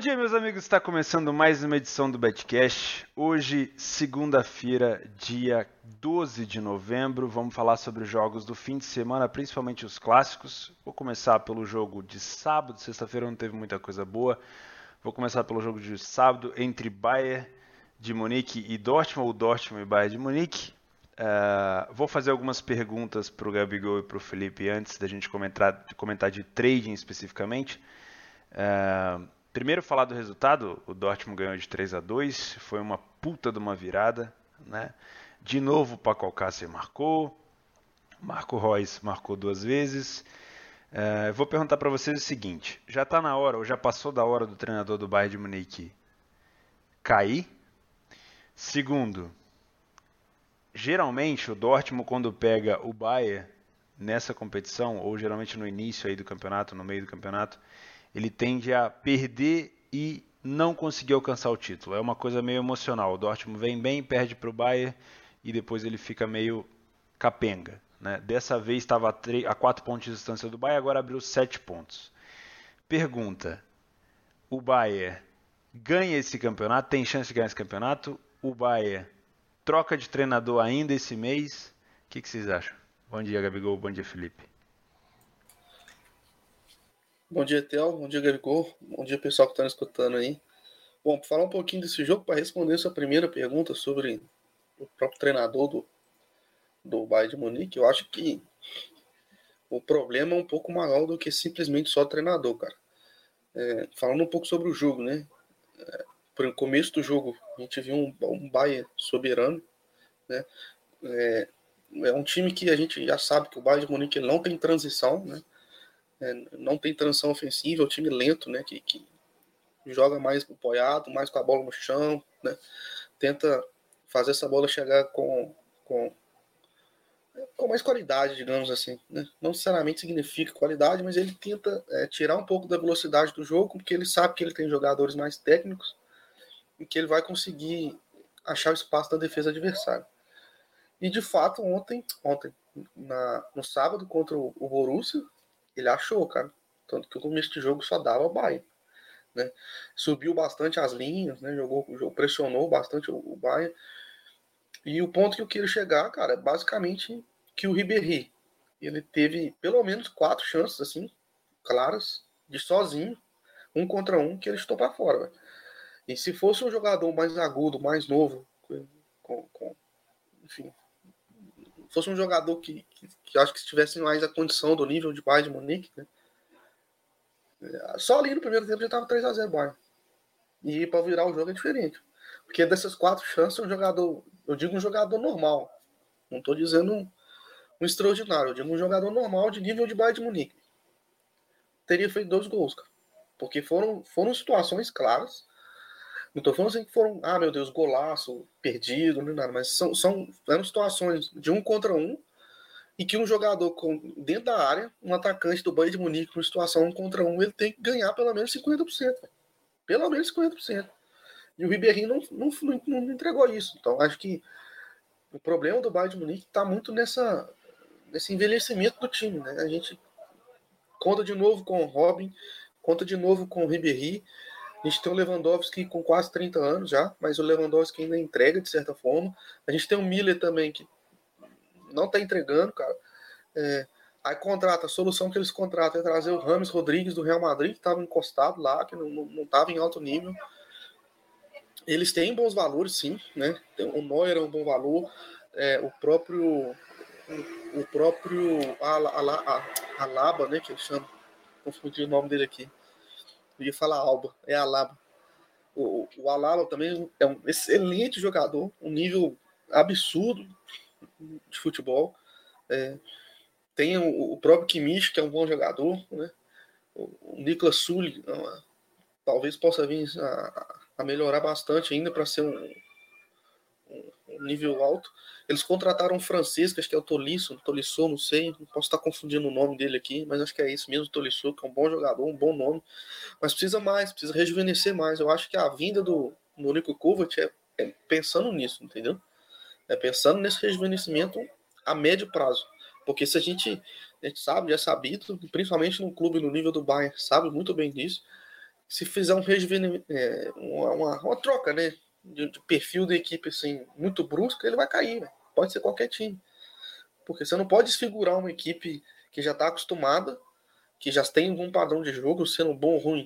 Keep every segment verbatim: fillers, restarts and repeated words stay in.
dia, meus amigos. Está começando mais uma edição do Betcast. Hoje, segunda-feira, dia doze de novembro. Vamos falar sobre os jogos do fim de semana, principalmente os clássicos. Vou começar pelo jogo de sábado. Sexta-feira não teve muita coisa boa. Vou começar pelo jogo de sábado entre Bayern de Munique e Dortmund, ou Dortmund e Bayern de Munique. Uh, vou fazer algumas perguntas para o Gabigol e para o Felipe antes da gente comentar, comentar de trading especificamente. Uh, primeiro falar do resultado. O Dortmund ganhou de três a dois, foi uma puta de uma virada, né? De novo o Paco Alcácer marcou, Marco Reus marcou duas vezes. Uh, vou perguntar para vocês o seguinte: já está na hora, ou já passou da hora do treinador do Bayern de Munique cair? Segundo, geralmente o Dortmund, quando pega o Bayern nessa competição, ou geralmente no início aí do campeonato, no meio do campeonato, ele tende a perder e não conseguir alcançar o título. É uma coisa meio emocional. O Dortmund vem bem, perde para o Bayern e depois ele fica meio capenga, né? Dessa vez estava a quatro pontos de distância do Bayern, agora abriu sete pontos. Pergunta: o Bayern ganha esse campeonato? Tem chance de ganhar esse campeonato? O Bayern troca de treinador ainda esse mês? O que, que vocês acham? Bom dia, Gabigol. Bom dia, Felipe. Bom dia, Theo. Bom dia, Gabigol. Bom dia, pessoal que está nos escutando aí. Bom, para falar um pouquinho desse jogo, para responder sua primeira pergunta sobre o próprio treinador do, do Bayern de Munique, eu acho que o problema é um pouco maior do que simplesmente só o treinador, cara. É, falando um pouco sobre o jogo, né? É, no começo do jogo, a gente viu um, um Bayern soberano, né? É, é um time que a gente já sabe que o Bayern de Munique não tem transição, né? É, não tem transição ofensiva, é um time lento, né? Que, que joga mais apoiado, mais com a bola no chão, né? Tenta fazer essa bola chegar com, com, com mais qualidade, digamos assim, né? Não necessariamente significa qualidade, mas ele tenta é, tirar um pouco da velocidade do jogo, porque ele sabe que ele tem jogadores mais técnicos e que ele vai conseguir achar o espaço da defesa adversária. E de fato, ontem, ontem na, no sábado contra o, o Borussia, ele achou, cara. Tanto que o começo de jogo só dava Bayern, né? Subiu bastante as linhas, né? Jogou, pressionou bastante o, o Bayern. E o ponto que eu quero chegar, cara, é basicamente que o Ribéry, ele teve pelo menos quatro chances, assim, claras, de sozinho, um contra um, que ele estou para fora, véio. E se fosse um jogador mais agudo, mais novo, com, com, enfim, fosse um jogador que, que, que acho que tivesse mais a condição do nível de Bayern de Munique, né? Só ali no primeiro tempo já estava três a zero Bayern. E para virar o jogo é diferente. Porque dessas quatro chances, um jogador, eu digo um jogador normal. Não estou dizendo um, um extraordinário, eu digo um jogador normal de nível de Bayern de Munique. Teria feito dois gols, cara. Porque foram, foram situações claras. Não estou falando assim que foram, ah, meu Deus, golaço, perdido, nem nada. Mas são, são, eram situações de um contra um e que um jogador com, dentro da área, um atacante do Bayern de Munique, numa situação um contra um, ele tem que ganhar pelo menos cinquenta por cento. Pelo menos cinquenta por cento. E o Ribéry não, não, não, não entregou isso. Então, acho que o problema do Bayern de Munique está muito nessa, nesse envelhecimento do time, né? A gente conta de novo com o Robin, conta de novo com o Ribéry. A gente tem o Lewandowski com quase trinta anos já, mas o Lewandowski ainda entrega de certa forma. A gente tem o Miller também, que não está entregando, cara. É, aí contrata, a solução que eles contratam é trazer o Rames Rodrigues do Real Madrid, que estava encostado lá, que não estava em alto nível. Eles têm bons valores, sim, né? O Neuer é um bom valor, é, o próprio o, o próprio Alaba, né, que eu chamo, confundi o nome dele aqui. Eu ia falar Alba, é Alaba. O, o Alaba também é um excelente jogador, um nível absurdo de futebol. É, tem o, o próprio Kimmich, que é um bom jogador, né? O, o Niklas Süle, talvez possa vir a, a melhorar bastante ainda para ser um, um, um nível alto. Eles contrataram um francês, que acho que é o Tolisso, Tolisso, não sei, posso estar confundindo o nome dele aqui, mas acho que é isso mesmo, Tolisso, que é um bom jogador, um bom nome, mas precisa mais, precisa rejuvenescer mais. Eu acho que a vinda do Niko Kovac é, é pensando nisso, entendeu? É pensando nesse rejuvenescimento a médio prazo. Porque se a gente, a gente sabe, já é sabido, principalmente no clube no nível do Bayern, sabe muito bem disso, se fizer um rejuvenescimento, é, uma, uma, uma troca, né, de, de perfil da equipe assim, muito brusca, ele vai cair, né? Pode ser qualquer time. Porque você não pode desfigurar uma equipe que já está acostumada, que já tem algum padrão de jogo, sendo bom ou ruim.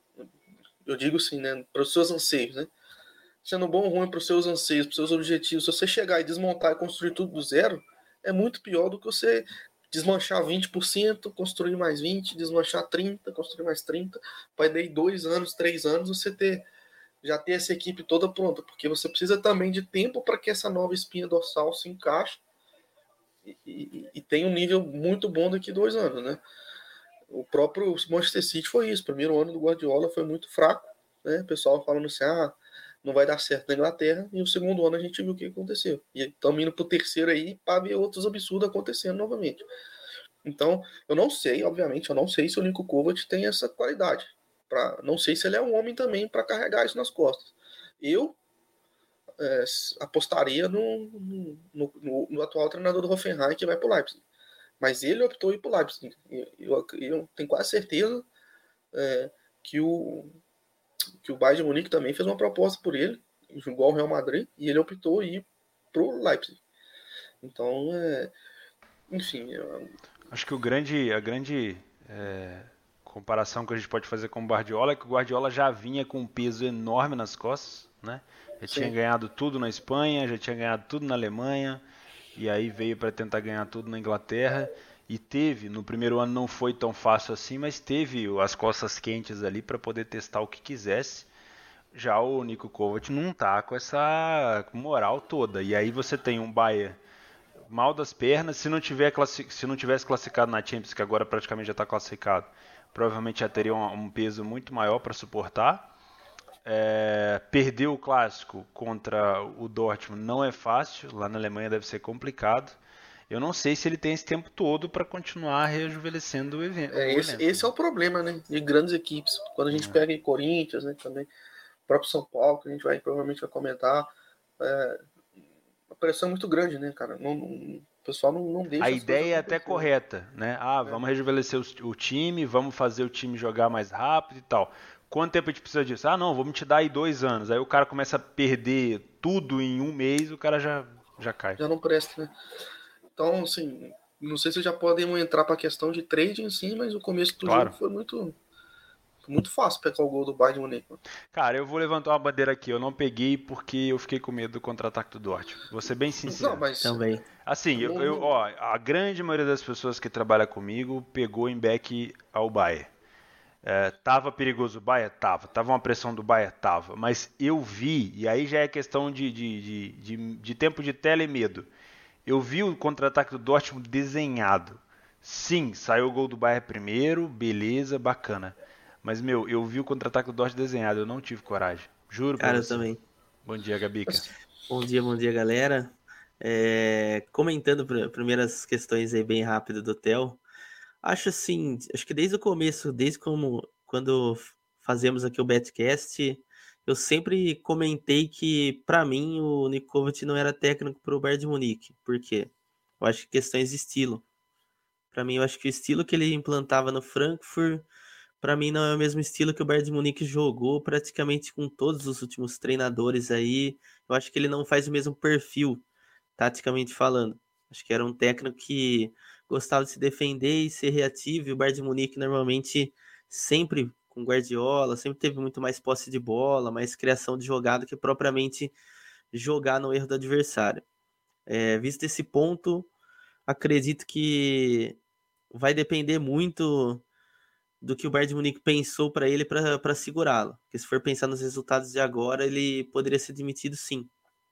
Eu digo assim, né, para os seus anseios, né? Sendo bom ou ruim para os seus anseios, para os seus objetivos. Se você chegar e desmontar e construir tudo do zero, é muito pior do que você desmanchar vinte por cento, construir mais vinte por cento, desmanchar trinta por cento, construir mais trinta por cento. Vai daí dois anos, três anos, você ter, já ter essa equipe toda pronta. Porque você precisa também de tempo para que essa nova espinha dorsal se encaixe e, e, e tenha um nível muito bom daqui a dois anos, né? O próprio Manchester City foi isso. O primeiro ano do Guardiola foi muito fraco, né? O pessoal falando assim, ah, não vai dar certo na Inglaterra, e o segundo ano a gente viu o que aconteceu. E estamos indo para o terceiro aí para ver outros absurdos acontecendo novamente. Então, eu não sei, obviamente, eu não sei se o Niko Kovac tem essa qualidade. Pra, não sei se ele é um homem também para carregar isso nas costas. Eu é, apostaria no, no, no, no atual treinador do Hoffenheim, que vai para o Leipzig. Mas ele optou ir para o Leipzig. Eu, eu, eu tenho quase certeza é, que o que o Bayern de Munique também fez uma proposta por ele, igual o Real Madrid, e ele optou ir pro Leipzig. Então, é, enfim... Eu... Acho que o grande, a grande é, comparação que a gente pode fazer com o Guardiola é que o Guardiola já vinha com um peso enorme nas costas, né? Já Sim. tinha ganhado tudo na Espanha, já tinha ganhado tudo na Alemanha, e aí veio para tentar ganhar tudo na Inglaterra, e teve, no primeiro ano não foi tão fácil assim, mas teve as costas quentes ali para poder testar o que quisesse. Já o Niko Kovac não tá com essa moral toda, e aí você tem um Bayern mal das pernas, se não, tiver classi- se não tivesse classificado na Champions, que agora praticamente já está classificado, provavelmente já teria um, um peso muito maior para suportar. É, perdeu o clássico contra o Dortmund não é fácil, lá na Alemanha deve ser complicado. Eu não sei se ele tem esse tempo todo para continuar rejuvenescendo o evento. É, esse, esse é o problema, né, de grandes equipes. Quando a gente é. pega em Corinthians, né, também, o próprio São Paulo, que a gente vai, provavelmente vai comentar, é, a pressão é muito grande, né, cara? Não, não, o pessoal não, não deixa. A ideia é até correta, né? Ah, é. vamos rejuvenescer o, o time, vamos fazer o time jogar mais rápido e tal. Quanto tempo a gente precisa disso? Ah, não, vamos te dar aí dois anos. Aí o cara começa a perder tudo em um mês, o cara já, já cai. Já não presta, né? Então, assim, não sei se já podemos entrar para a questão de trade em si, mas o começo do claro. jogo foi muito, muito fácil pegar o gol do Bayern de Munique. Cara, eu vou levantar uma bandeira aqui. Eu não peguei porque eu fiquei com medo do contra-ataque do Dortmund. Vou ser bem sincero. Não, mas também. Assim, eu, eu, ó, a grande maioria das pessoas que trabalha comigo pegou em back ao Bayern. É, tava perigoso o Bayern? Tava. Tava uma pressão do Bayern? Tava. Mas eu vi, e aí já é questão de, de, de, de, de tempo de tela e medo. Eu vi o contra-ataque do Dortmund desenhado. Sim, saiu o gol do Bayern primeiro, beleza, bacana. Mas, meu, eu vi o contra-ataque do Dortmund desenhado, eu não tive coragem. Juro pra Cara, você. eu também. Bom dia, Gabica. Bom dia, bom dia, galera. É, comentando pr- primeiras questões aí bem rápido do Theo. Acho assim, acho que desde o começo, desde como quando fazemos aqui o Betcast, eu sempre comentei que, para mim, o Niko Kovac não era técnico para o Bayern de Munique. Por quê? Eu acho que questões de estilo. Para mim, eu acho que o estilo que ele implantava no Frankfurt, para mim, não é o mesmo estilo que o Bayern de Munique jogou praticamente com todos os últimos treinadores aí. Eu acho que ele não faz o mesmo perfil, taticamente falando. Acho que era um técnico que gostava de se defender e ser reativo, e o Bayern de Munique normalmente sempre com Guardiola, sempre teve muito mais posse de bola, mais criação de jogada que propriamente jogar no erro do adversário. É, visto esse ponto, acredito que vai depender muito do que o Bayern de Munique pensou para ele para segurá-lo. Porque se for pensar nos resultados de agora, ele poderia ser demitido sim.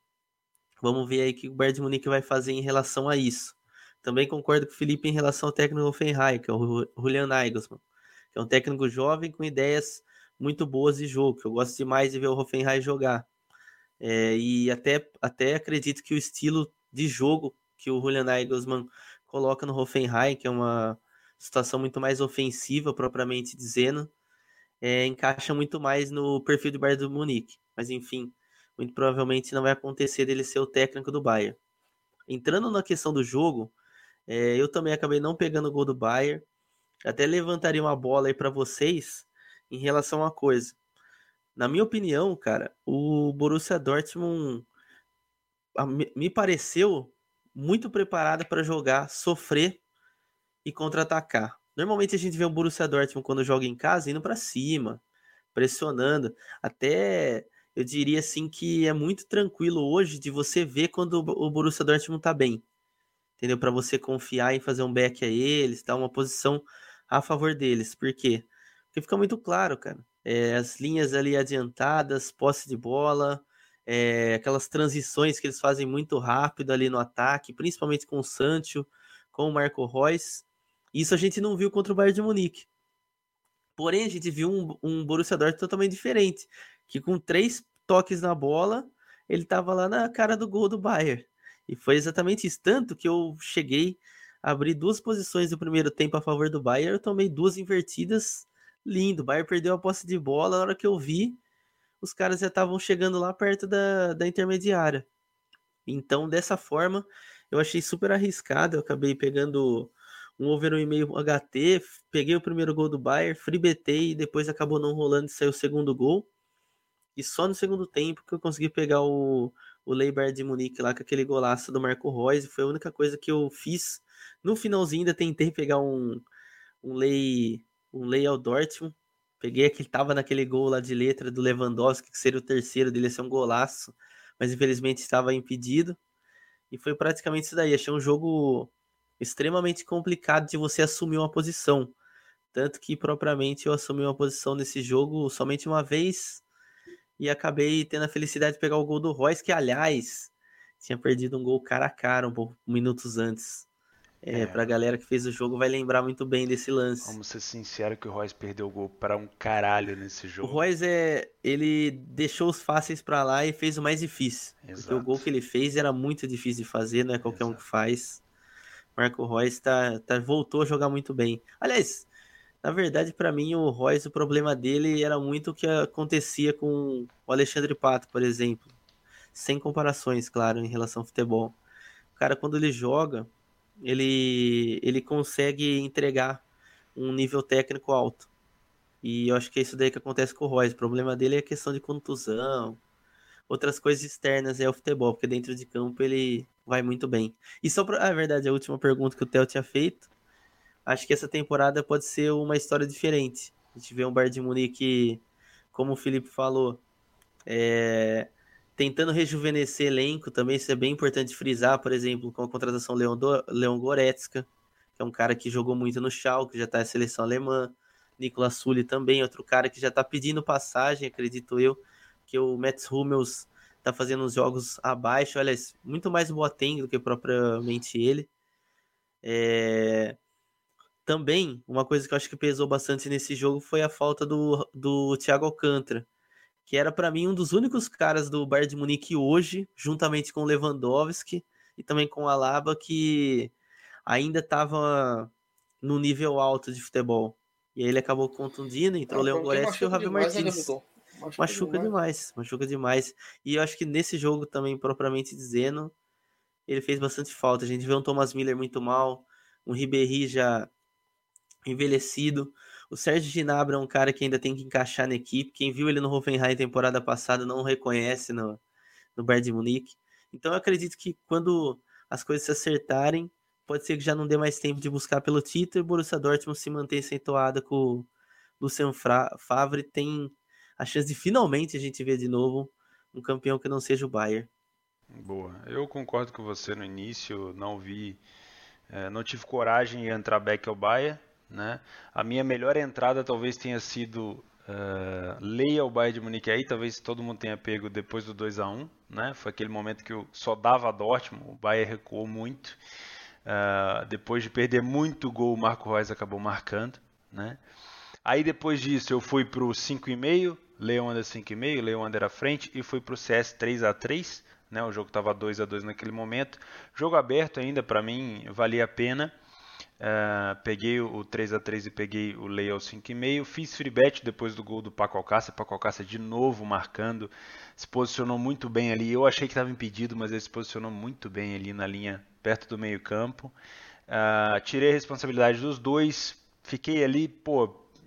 Vamos ver aí o que o Bayern de Munique vai fazer em relação a isso. Também concordo com o Felipe em relação ao técnico Hoffenheim, que é o Julian Nagelsmann, que é um técnico jovem com ideias muito boas de jogo, que eu gosto demais de ver o Hoffenheim jogar. É, e até, até acredito que o estilo de jogo que o Julian Nagelsmann coloca no Hoffenheim, que é uma situação muito mais ofensiva, propriamente dizendo, é, encaixa muito mais no perfil do Bayern de Munique. Mas enfim, muito provavelmente não vai acontecer dele ser o técnico do Bayern. Entrando na questão do jogo, é, eu também acabei não pegando o gol do Bayern. Até levantaria uma bola aí para vocês, em relação a uma coisa. Na minha opinião, cara, o Borussia Dortmund a- me me pareceu muito preparado para jogar, sofrer e contra-atacar. Normalmente a gente vê o Borussia Dortmund quando joga em casa indo para cima, pressionando. Até eu diria assim que é muito tranquilo hoje de você ver quando o o Borussia Dortmund tá bem, entendeu? Para você confiar em fazer um back a eles, dar uma posição a favor deles. Por quê? Porque fica muito claro, cara. É, as linhas ali adiantadas, posse de bola, é, aquelas transições que eles fazem muito rápido ali no ataque, principalmente com o Sancho, com o Marco Reus. Isso a gente não viu contra o Bayern de Munique. Porém, a gente viu um, um Borussia Dortmund totalmente diferente, que com três toques na bola, ele estava lá na cara do gol do Bayern. E foi exatamente isso. Tanto que eu cheguei a abrir duas posições do primeiro tempo a favor do Bayern, eu tomei duas invertidas. Lindo. O Bayern perdeu a posse de bola. Na hora que eu vi, os caras já estavam chegando lá perto da, da intermediária. Então, dessa forma, eu achei super arriscado. Eu acabei pegando um over um e meio H T, peguei o primeiro gol do Bayern, free-betei e depois acabou não rolando e saiu o segundo gol. E só no segundo tempo que eu consegui pegar o, o Lei Bayern de Munique lá com aquele golaço do Marco Reus. Foi a única coisa que eu fiz. No finalzinho ainda tentei pegar um, um Lei um Lei ao Dortmund. Peguei aquele tava naquele gol lá de letra do Lewandowski, que seria o terceiro dele, ia ser um golaço, mas infelizmente estava impedido. E foi praticamente isso daí. Achei um jogo extremamente complicado de você assumir uma posição. Tanto que propriamente eu assumi uma posição nesse jogo somente uma vez e acabei tendo a felicidade de pegar o gol do Reus, que aliás tinha perdido um gol cara a cara um pouco minutos antes. É, É, pra galera que fez o jogo vai lembrar muito bem desse lance. vamos ser sinceros que o Royce perdeu o gol para um caralho nesse O jogo. Reus é, ele deixou os fáceis pra lá e fez o mais difícil, porque o gol Exato. que ele fez era muito difícil de fazer, não é qualquer um que Exato. faz. Marco Reus tá, tá, voltou a jogar muito bem. Aliás, na verdade, pra mim, o Reus, o problema dele era muito o que acontecia com o Alexandre Pato, por exemplo. Sem comparações, claro, em relação ao futebol. O cara, quando ele joga, ele, ele consegue entregar um nível técnico alto. E eu acho que é isso daí que acontece com o Reus. O problema dele é a questão de contusão, outras coisas externas é o futebol, porque dentro de campo ele vai muito bem. E só pra, ah, verdade, a última pergunta que o Theo tinha feito, acho que essa temporada pode ser uma história diferente. A gente vê um Bayern de Munique, como o Felipe falou, é, tentando rejuvenescer elenco também, isso é bem importante frisar, por exemplo, com a contratação Leon, Do, Leon Goretzka, que é um cara que jogou muito no Schalke, já está na seleção alemã. Nicolas Sully também, outro cara que já está pedindo passagem, acredito eu, que o Mats Hummels está fazendo uns jogos abaixo, olha, muito mais Boateng do que propriamente ele. É... Também, uma coisa que eu acho que pesou bastante nesse jogo foi a falta do, do Thiago Alcântara, que era para mim um dos únicos caras do Bayern de Munique hoje, juntamente com o Lewandowski e também com o Alaba, que ainda estava no nível alto de futebol. E aí ele acabou contundindo, entrou Ah, o Leon porque Goretzka e o machuca Javi demais, né, Martins. Gabigol? Machuca Machuca demais. demais, machuca demais. E eu acho que nesse jogo também, propriamente dizendo, ele fez bastante falta. A gente vê um Thomas Miller muito mal, um Ribéry já envelhecido. O Sérgio Gnabry é um cara que ainda tem que encaixar na equipe. Quem viu ele no Hoffenheim temporada passada não o reconhece no, no Bayern de Munique. Então eu acredito que quando as coisas se acertarem, pode ser que já não dê mais tempo de buscar pelo título e o Borussia Dortmund se manter sem toada com o Lucien Favre. Tem a chance de finalmente a gente ver de novo um campeão que não seja o Bayern. Boa. Eu concordo com você no início, não vi, é, não tive coragem de entrar back ao Bayern, né? A minha melhor entrada talvez tenha sido uh, leia o Bayern de Munique aí, talvez todo mundo tenha pego depois do dois a um, né? Foi aquele momento que eu só dava a Dortmund, o Bayern recuou muito. Uh, depois de perder muito gol, o Marco Reus acabou marcando, né? Aí depois disso eu fui pro cinco e meio, Leon Under cinco e meio, Leon Under à frente e fui pro C S três a três, né? O jogo estava dois a dois naquele momento. Jogo aberto ainda, para mim valia a pena. Uh, peguei o três a três e peguei o Lei ao cinco e meio. Fiz free bet depois do gol do Paco Alcácer. Paco Alcácer de novo marcando. Se posicionou muito bem ali. Eu achei que estava impedido, mas ele se posicionou muito bem ali na linha perto do meio campo. Uh, tirei a responsabilidade dos dois. Fiquei ali, pô,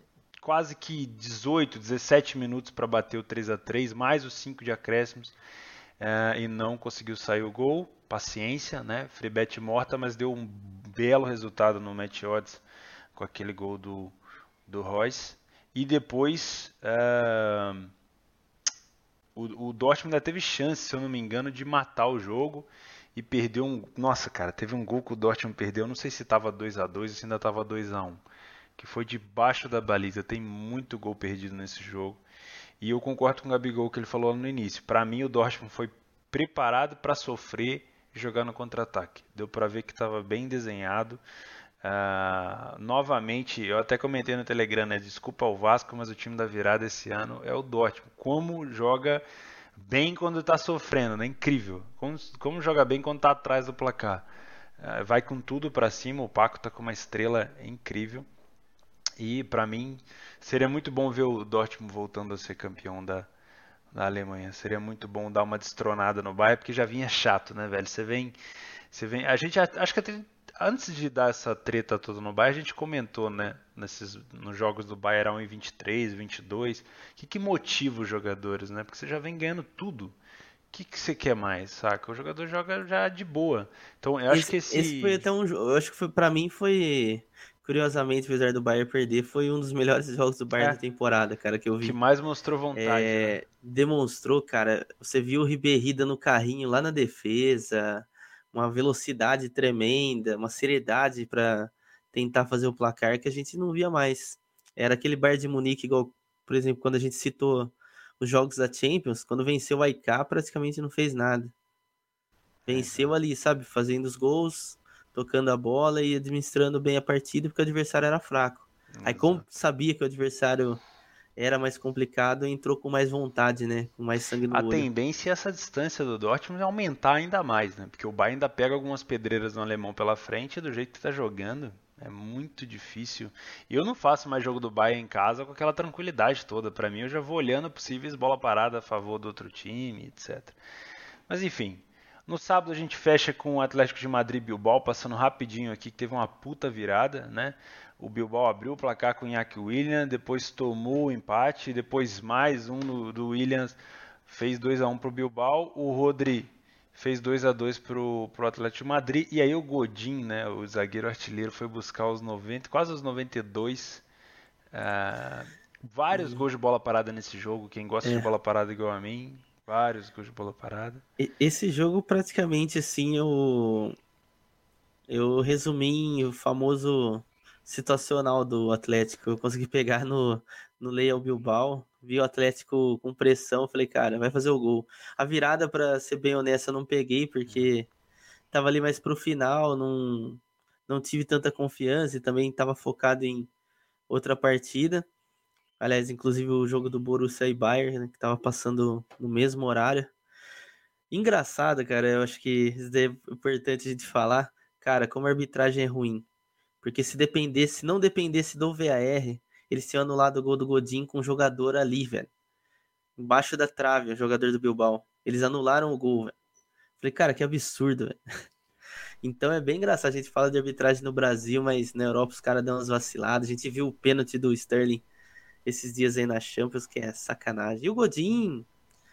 quase que dezoito, dezessete minutos para bater o três a três, mais os cinco de acréscimos, uh, e não conseguiu sair o gol. Paciência, né? Free bet morta, mas deu um belo resultado no match odds com aquele gol do, do Royce. E depois uh, o, o Dortmund ainda teve chance, se eu não me engano, de matar o jogo e perdeu um... Nossa, cara, teve um gol que o Dortmund perdeu, não sei se estava dois a dois ou se ainda estava dois a um, que foi debaixo da baliza. Tem muito gol perdido nesse jogo. E eu concordo com o Gabigol que ele falou no início. Para mim, o Dortmund foi preparado para sofrer e jogar no contra-ataque. Deu para ver que estava bem desenhado. Uh, novamente, eu até comentei no Telegram, né? Desculpa ao Vasco, mas o time da virada esse ano é o Dortmund. Como joga bem quando está sofrendo, né? Incrível. Como, como joga bem quando está atrás do placar. Uh, vai com tudo para cima. O Paco está com uma estrela incrível. E para mim seria muito bom ver o Dortmund voltando a ser campeão da, da Alemanha. Seria muito bom dar uma destronada no Bayern, porque já vinha chato, né, velho? Você vem, você vem. A gente acho que até, antes de dar essa treta toda no Bayern, a gente comentou, né, nesses, nos jogos do Bayern em vinte e três, vinte e dois, o que, que motiva os jogadores, né? Porque você já vem ganhando tudo. O que, que você quer mais, saca? O jogador joga já de boa. Então eu acho esse, que esse. Esse foi até um jogo. Eu acho que foi, pra mim foi. Curiosamente, apesar do Bayern perder, foi um dos melhores jogos do Bayern É, da temporada, cara, que eu vi. que mais mostrou vontade, é, né? Demonstrou, cara, você viu o Ribéry dando carrinho lá na defesa, uma velocidade tremenda, uma seriedade para tentar fazer o placar que a gente não via mais. Era aquele Bayern de Munique, igual, por exemplo, quando a gente citou os jogos da Champions, quando venceu o A I K, praticamente não fez nada. Venceu ali, sabe, fazendo os gols, tocando a bola e administrando bem a partida, porque o adversário era fraco. Aí, como Exato. sabia que o adversário era mais complicado, entrou com mais vontade, né? Com mais sangue no A olho. tendência é essa distância do Dortmund aumentar ainda mais, né? Porque o Bayern ainda pega algumas pedreiras no alemão pela frente e do jeito que está jogando, é muito difícil. E eu não faço mais jogo do Bayern em casa com aquela tranquilidade toda. Para mim, eu já vou olhando possíveis bola parada a favor do outro time, etcétera. Mas enfim, no sábado a gente fecha com o Atlético de Madrid e Bilbao, passando rapidinho aqui, que teve uma puta virada, né? O Bilbao abriu o placar com o Iñaki Williams, depois tomou o empate, depois mais um do, do Williams, fez dois a um para o Bilbao, o Rodri fez dois a dois para o Atlético de Madrid, e aí o Godin, né, o zagueiro artilheiro, foi buscar os noventa, quase os noventa e dois, uh, vários E, gols de bola parada nesse jogo, quem gosta de é, bola parada igual a mim, vários gols de bola parada. e- esse jogo praticamente assim eu, eu resumi em o famoso situacional do Atlético. Eu consegui pegar no, no Leal Bilbao, vi o Atlético com pressão, falei, cara, vai fazer o gol. A virada, pra ser bem honesto, eu não peguei, porque tava ali mais pro final, não, não tive tanta confiança e também tava focado em outra partida. Aliás, inclusive o jogo do Borussia e Bayern, né, que tava passando no mesmo horário. Engraçado, cara, eu acho que isso é importante a gente falar. Cara, como a arbitragem é ruim. Porque se dependesse, se não dependesse do V A R, eles tinham anulado o gol do Godin com o jogador ali, velho. Embaixo da trave, o jogador do Bilbao. Eles anularam o gol, velho. Falei, cara, que absurdo, velho. Então é bem engraçado. A gente fala de arbitragem no Brasil, mas na Europa os caras dão umas vaciladas. A gente viu o pênalti do Sterling esses dias aí na Champions, que é sacanagem. E o Godin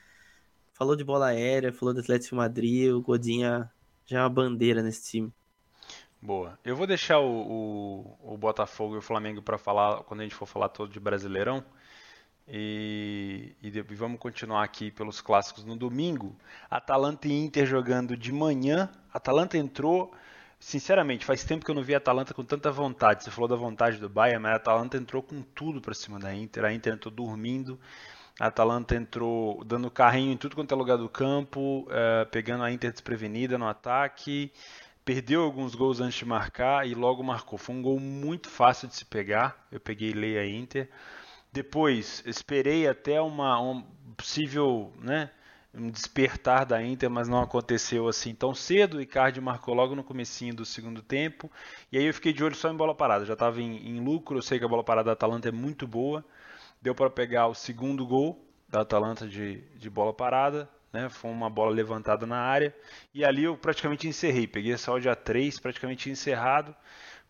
falou de bola aérea, falou do Atlético de Madrid. O Godin já é uma bandeira nesse time. Boa. Eu vou deixar o, o, o Botafogo e o Flamengo para falar quando a gente for falar todo de Brasileirão. E, e, e vamos continuar aqui pelos clássicos no domingo. Atalanta e Inter jogando de manhã. Atalanta entrou, sinceramente, faz tempo que eu não vi a Atalanta com tanta vontade. Você falou da vontade do Bayern, mas a Atalanta entrou com tudo para cima da Inter. A Inter entrou dormindo. A Atalanta entrou dando carrinho em tudo quanto é lugar do campo, uh, pegando a Inter desprevenida no ataque. Perdeu alguns gols antes de marcar e logo marcou. Foi um gol muito fácil de se pegar. Eu peguei e lei a Inter. Depois, esperei até uma, um possível, né, um despertar da Inter, mas não aconteceu assim tão cedo. O Icardi marcou logo no comecinho do segundo tempo. E aí eu fiquei de olho só em bola parada. Já estava em, em lucro. Eu sei que a bola parada da Atalanta é muito boa. Deu para pegar o segundo gol da Atalanta de, de bola parada. Né, foi uma bola levantada na área e ali eu praticamente encerrei, peguei a saúde a três, praticamente encerrado,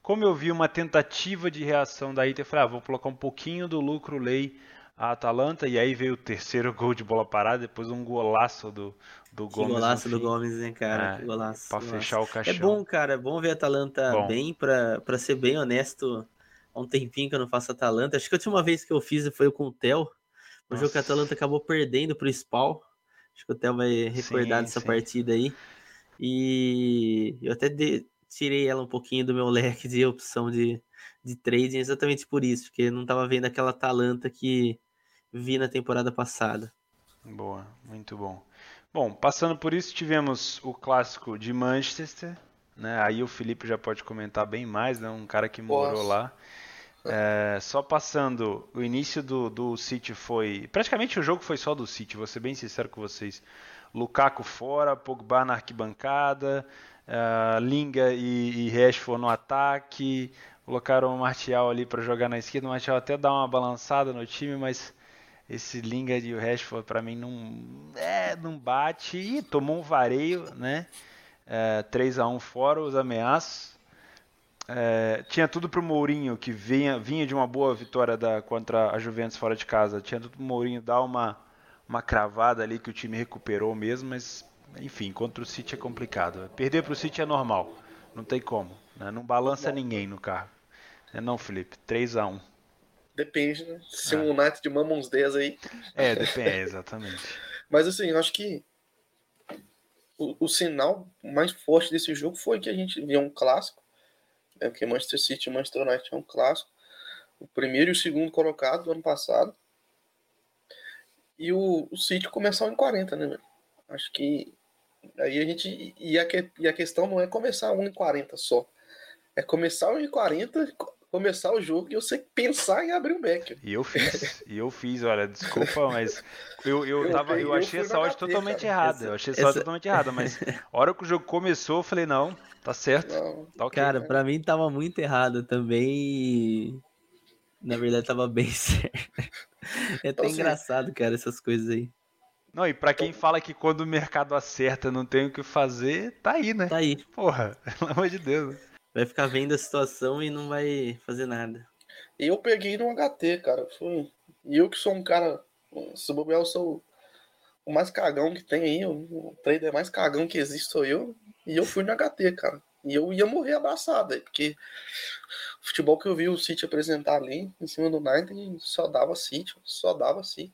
como eu vi uma tentativa de reação da Inter, eu falei, ah, vou colocar um pouquinho do lucro lei a Atalanta, e aí veio o terceiro gol de bola parada, depois um golaço do, do Que Gomes no golaço do fim, Gomes, né, cara? Que é, golaço, para que golaço. fechar o É caixão. bom, cara, é bom ver a Atalanta Bom. bem, pra, pra ser bem honesto. Há um tempinho que eu não faço Atalanta. Acho que a última vez que eu fiz foi com o Theo. O jogo que a Atalanta acabou perdendo pro Spal. Acho que o Theo vai recordar Sim, dessa sim. partida aí. E eu até de- tirei ela um pouquinho do meu leque de opção de, de trading exatamente por isso, porque eu não tava vendo aquela Atalanta que vi na temporada passada. Boa, muito bom. Bom, passando por isso, tivemos o clássico de Manchester, né? Aí o Felipe já pode comentar bem mais, né? Um cara que morou Posso. lá. É, só passando, o início do, do City foi... Praticamente o jogo foi só do City, vou ser bem sincero com vocês. Lukaku fora, Pogba na arquibancada, uh, Linga e, e Rashford no ataque, colocaram o Martial ali para jogar na esquerda. O Martial até dá uma balançada no time, mas esse Lingard e o Rashford para mim não, é, não bate. E tomou um vareio, né? É, três a um fora os ameaços. É, tinha tudo pro Mourinho, que vinha, vinha de uma boa vitória da, contra a Juventus fora de casa. Tinha tudo pro Mourinho dar uma, uma cravada ali que o time recuperou mesmo, mas enfim, contra o City é complicado. Perder pro City é normal, não tem como, né? Não balança Normal. ninguém no carro. É não, Felipe? três a um. Depende, né? Se Ah. um United mama uns dez aí. É, depende, é, exatamente. Mas assim, eu acho que o, o sinal mais forte desse jogo foi que a gente viu um clássico, né? Porque Manchester City e Manchester United é um clássico. O primeiro e o segundo colocado do ano passado. E o, o City começou em quarenta, né, velho? Acho que aí a gente. E a, que, e a questão não é começar um em quarenta só. É começar um em quarenta, começar o jogo e você pensar em abrir o Becker. E eu fiz, e eu fiz, olha, desculpa, mas eu, eu, Eu, tava, eu eu achei fui essa no odd H T, totalmente cara. errada. Essa, Eu achei essa odd essa... totalmente errada, mas a hora que o jogo começou, eu falei, não, tá certo, Não, tá ok. Cara, pra mim tava muito errado também e na verdade tava bem certo. É então até assim, engraçado, cara, essas coisas aí. Não, e pra quem então, fala que quando o mercado acerta não tem o que fazer, tá aí, né? Tá aí. Porra, pelo amor de Deus. Vai ficar vendo a situação e não vai fazer nada. eu peguei no H T, cara. Fui, e eu que sou um cara, se bobear, eu sou o mais cagão que tem aí. O trader mais cagão que existe sou eu. E eu fui no H T, cara. E eu ia morrer abraçado aí, porque o futebol que eu vi o City apresentar ali em cima do United só dava City, só dava City.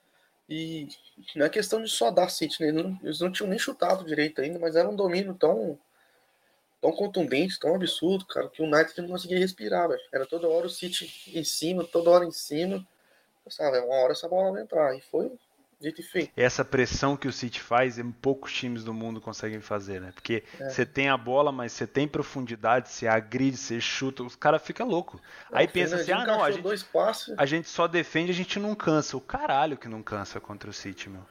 E não é questão de só dar City, né? Eles não, eles não tinham nem chutado direito ainda, mas era um domínio tão, tão contundente, tão absurdo, cara, que o United não conseguia respirar, velho. Era toda hora o City em cima, toda hora em cima. Sabe, uma hora essa bola vai entrar. E foi dito e feito. Essa pressão que o City faz, poucos times do mundo conseguem fazer, né? Porque É. você tem a bola, mas você tem profundidade, você agride, você chuta, os caras ficam loucos. Não, Aí o pensa assim, Fernandinho ah não, a encaixou gente, dois passes. a gente só defende, a gente não cansa. O caralho que não cansa contra o City, meu.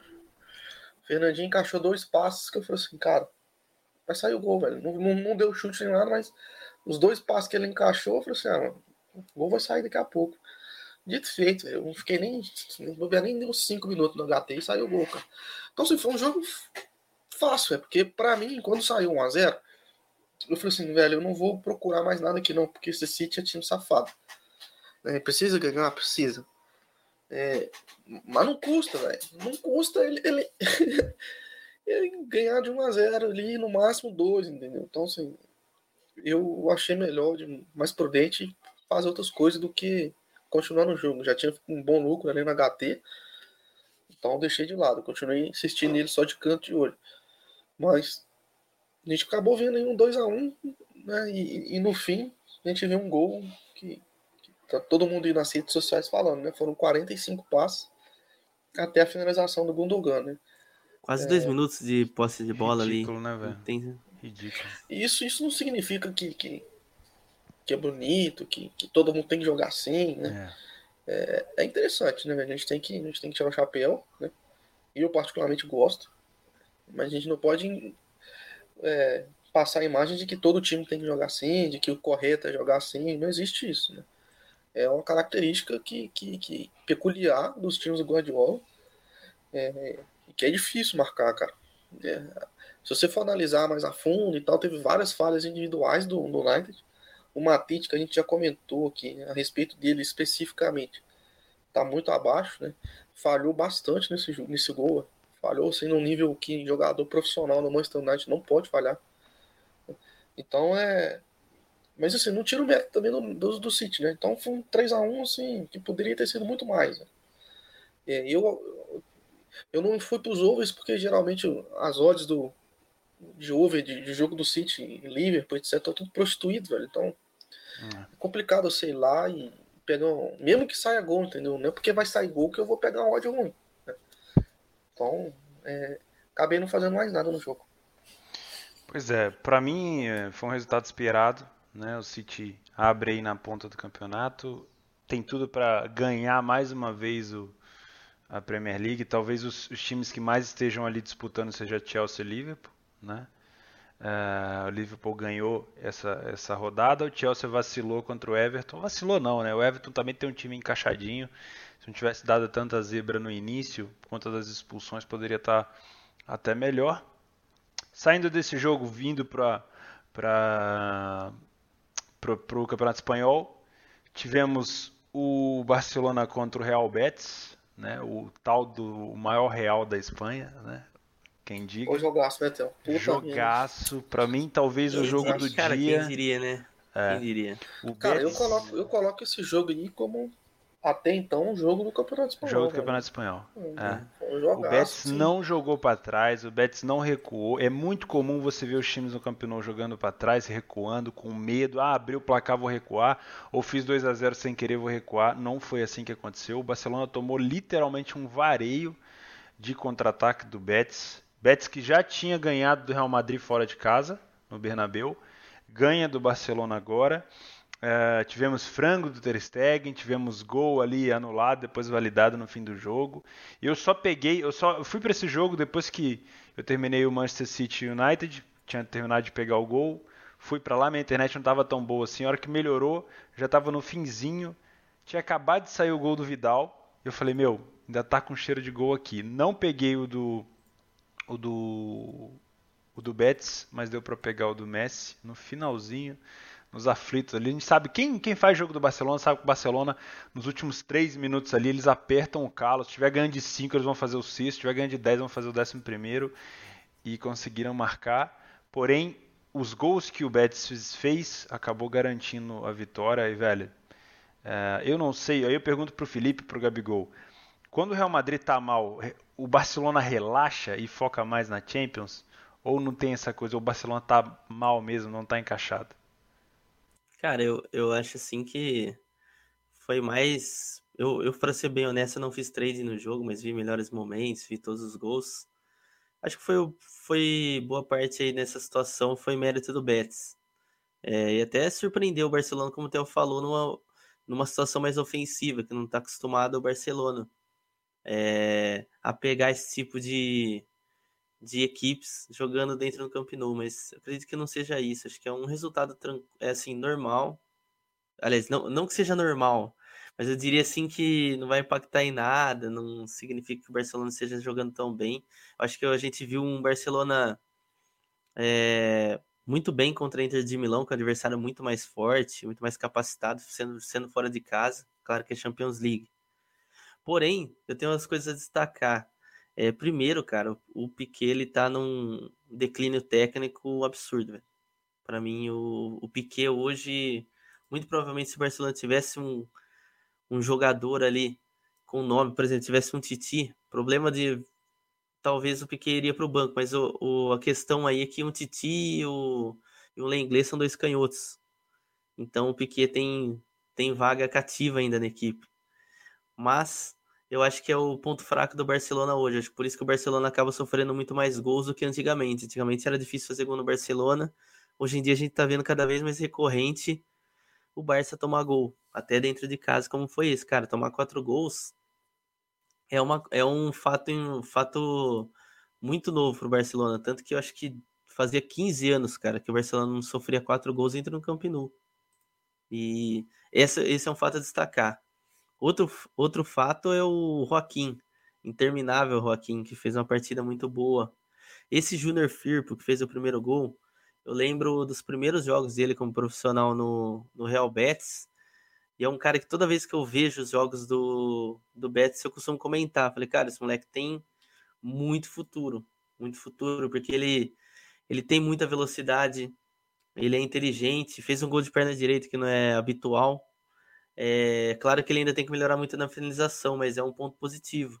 O Fernandinho encaixou dois passes que eu falei assim, cara, vai sair o gol, velho. Não, não, não deu chute nem nada, mas os dois passes que ele encaixou, eu falei assim, ah, mano, o gol vai sair daqui a pouco. Dito e feito, eu não fiquei nem. Não nem deu cinco minutos no H T e saiu o gol, cara. Então, assim, foi um jogo fácil, é porque pra mim, quando saiu um a zero, eu falei assim, velho, eu não vou procurar mais nada aqui não, porque esse City é time safado. É, precisa ganhar? Precisa. É, mas não custa, velho. Não custa ele, ele, ele ganhar de um a zero ali, no máximo dois, entendeu? Então, assim, eu achei melhor, mais prudente, fazer outras coisas do que continuar no jogo. Já tinha um bom lucro ali no H T, então eu deixei de lado. Continuei insistindo nele só de canto de olho. Mas a gente acabou vendo aí um dois a um, né? E, e no fim, a gente viu um gol que, que tá todo mundo aí nas redes sociais falando, né? Foram quarenta e cinco passes até a finalização do Gundogan, né? Quase dois minutos de posse de bola Ridículo, ali. né, Não velho? tem... Ridículo. E isso, isso não significa que, que, que é bonito, que, que todo mundo tem que jogar assim, né? É. É, é interessante, né? A gente tem que, a gente tem que tirar o chapéu, né? E eu particularmente gosto, mas a gente não pode é, passar a imagem de que todo time tem que jogar assim, de que o correto é jogar assim. Não existe isso, né? É uma característica que, que, que peculiar dos times do Guardiola, é, que é difícil marcar, cara. É, se você for analisar mais a fundo e tal, teve várias falhas individuais do, do United, o Matite, que a gente já comentou aqui, né, a respeito dele especificamente, tá muito abaixo, né? Falhou bastante nesse, nesse gol. Falhou assim num nível que jogador profissional no Manchester United não pode falhar. Então é. Mas assim, não tira o mérito também do, do, do City, né? Então foi um três a um assim, que poderia ter sido muito mais. Né? É, eu, eu não fui pros overs porque geralmente as odds do, de over, de, de jogo do City, Liverpool, etcétera, estão tudo prostituído, velho. Então hum. é complicado eu sei lá e pegar um, mesmo que saia gol, entendeu? Não é porque vai sair gol que eu vou pegar uma odd ruim. Né? Então, é, acabei não fazendo mais nada no jogo. Pois é, pra mim foi um resultado esperado, né? O City abre aí na ponta do campeonato, tem tudo para ganhar mais uma vez o, a Premier League. Talvez os, os times que mais estejam ali disputando seja Chelsea e Liverpool, né? Uh, o Liverpool ganhou essa, essa rodada, o Chelsea vacilou contra o Everton. Vacilou não, né? O Everton também tem um time encaixadinho. Se não tivesse dado tanta zebra no início, por conta das expulsões, poderia estar até melhor. Saindo desse jogo, vindo para o Campeonato Espanhol, tivemos o Barcelona contra o Real Betis, né? O tal do maior Real da Espanha, né? Quem diga. O jogaço, né, Theo? Jogaço. Pra mim, talvez quem o jogo diria, do cara, dia. Quem diria, né? É. Quem diria? O cara, Betis... eu, coloco, eu coloco esse jogo aí como, até então, um jogo do Campeonato Espanhol. Jogo do velho. Campeonato Espanhol. Hum, é. um jogaço, o Betis sim. não jogou para trás, o Betis não recuou. É muito comum você ver os times no Camp Nou jogando para trás, recuando, com medo. Ah, abriu o placar, vou recuar. Ou fiz dois a zero sem querer, vou recuar. Não foi assim que aconteceu. O Barcelona tomou literalmente um vareio de contra-ataque do Betis. Betis que já tinha ganhado do Real Madrid fora de casa, no Bernabéu. Ganha do Barcelona agora. Uh, tivemos frango do Ter Stegen, tivemos gol ali anulado, depois validado no fim do jogo. E eu só peguei, eu só eu fui para esse jogo depois que eu terminei o Manchester City United, tinha terminado de pegar o gol, fui para lá, minha internet não estava tão boa assim, a hora que melhorou, já estava no finzinho, tinha acabado de sair o gol do Vidal, eu falei, meu, ainda tá com cheiro de gol aqui. Não peguei o do o do o do Betis, mas deu para pegar o do Messi no finalzinho. Nos aflitos ali, a gente sabe, quem, quem faz jogo do Barcelona sabe que o Barcelona, nos últimos três minutos ali, eles apertam o calo, se tiver ganhando de cinco eles vão fazer o sexto, se tiver ganhando de dez vão fazer o décimo primeiro, e conseguiram marcar, porém, os gols que o Betis fez, acabou garantindo a vitória, e velho, é, eu não sei, aí eu pergunto pro Felipe e pro Gabigol, quando o Real Madrid tá mal, o Barcelona relaxa e foca mais na Champions, ou não tem essa coisa, ou o Barcelona tá mal mesmo, não tá encaixado? Cara, eu, eu acho assim que foi mais... Eu, eu para ser bem honesto, eu não fiz trade no jogo, mas vi melhores momentos, vi todos os gols. Acho que foi, foi boa parte aí nessa situação, foi mérito do Betis. É, e até surpreendeu o Barcelona, como o Theo falou, numa, numa situação mais ofensiva, que não está acostumado o Barcelona é, a pegar esse tipo de, de equipes jogando dentro do Camp Nou, mas acredito que não seja isso. Acho que é um resultado é, assim, normal. Aliás, não, não que seja normal, mas eu diria assim que não vai impactar em nada, não significa que o Barcelona esteja jogando tão bem. Acho que a gente viu um Barcelona é, muito bem contra a Inter de Milão, com o adversário muito mais forte, muito mais capacitado, sendo, sendo fora de casa. Claro que é Champions League. Porém, eu tenho umas coisas a destacar. É, primeiro, cara, o, o Piquet ele tá num declínio técnico absurdo. Para mim, o, o Piquet hoje, muito provavelmente, se o Barcelona tivesse um, um jogador ali com nome, por exemplo, tivesse um Titi, problema de talvez o Piquet iria para o banco, mas o, o, a questão aí é que um Titi e o, e o Lenglet são dois canhotos. Então o Piquet tem, tem vaga cativa ainda na equipe. Mas eu acho que é o ponto fraco do Barcelona hoje. Acho que por isso que o Barcelona acaba sofrendo muito mais gols do que antigamente. Antigamente era difícil fazer gol no Barcelona. Hoje em dia a gente tá vendo cada vez mais recorrente o Barça tomar gol. Até dentro de casa, como foi esse, cara. Tomar quatro gols é, uma, é um fato, um fato muito novo pro Barcelona. Tanto que eu acho que fazia quinze anos, cara, que o Barcelona não sofria quatro gols dentro do Camp Nou. E esse, esse é um fato a destacar. Outro, outro fato é o Joaquim, interminável Joaquim, que fez uma partida muito boa. Esse Júnior Firpo, que fez o primeiro gol, Eu lembro dos primeiros jogos dele como profissional no, no Real Betis. E é um cara que toda vez que eu vejo os jogos do, do Betis, eu costumo comentar. Falei, cara, esse moleque tem muito futuro. Muito futuro, porque ele, ele tem muita velocidade, ele é inteligente, fez um gol de perna direita que não é habitual. É claro que ele ainda tem que melhorar muito na finalização, mas é um ponto positivo.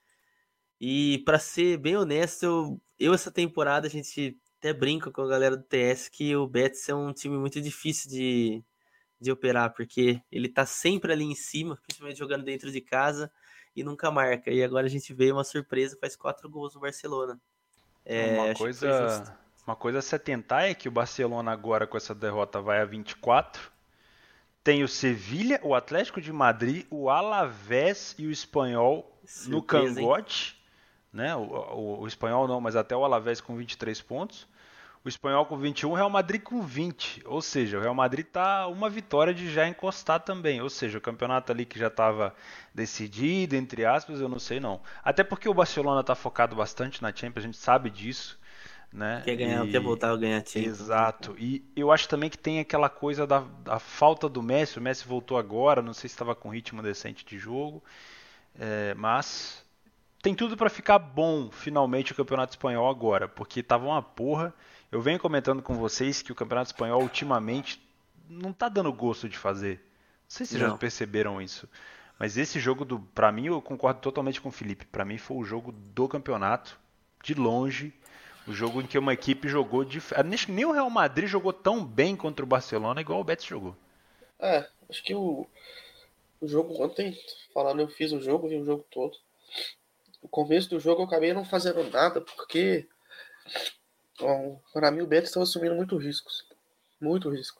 E para ser bem honesto, eu, eu essa temporada a gente até brinca com a galera do T S que o Betis é um time muito difícil de, de operar, porque ele tá sempre ali em cima, principalmente jogando dentro de casa e nunca marca. E agora a gente veio uma surpresa, faz quatro gols no Barcelona. Uma É, acho que foi justo. coisa, uma coisa a se atentar é que o Barcelona agora com essa derrota vai a vinte e quatro. Tem o Sevilha, o Atlético de Madrid, o Alavés e o Espanhol no Surpresa, hein? cangote. Né? O, o, o Espanhol não, mas até o Alavés com vinte e três pontos. O Espanhol com vinte e um, o Real Madrid com vinte. Ou seja, o Real Madrid está uma vitória de já encostar também. Ou seja, o campeonato ali que já estava decidido, entre aspas, eu não sei não. Até porque o Barcelona está focado bastante na Champions, a gente sabe disso. Né? Quer ganhar, E... quer voltar a ganhar Champions. Exato. E eu acho também que tem aquela coisa da, da falta do Messi. O Messi voltou agora, não sei se estava com ritmo decente de jogo. É, mas tem tudo para ficar bom finalmente o Campeonato Espanhol agora, porque tava uma porra. Eu venho comentando com vocês que o Campeonato Espanhol ultimamente não tá dando gosto de fazer. Não sei se vocês já Não. perceberam isso. Mas esse jogo, do, pra mim, eu concordo totalmente com o Felipe. Pra mim foi o jogo do campeonato, de longe. O jogo em que uma equipe jogou... De... Nem o Real Madrid jogou tão bem contra o Barcelona igual o Betis jogou. É, acho que o, o jogo ontem, falando, eu fiz o jogo, vi o jogo todo. No começo do jogo eu acabei não fazendo nada, porque bom, para mim o Betis estava assumindo muito riscos. Muito risco.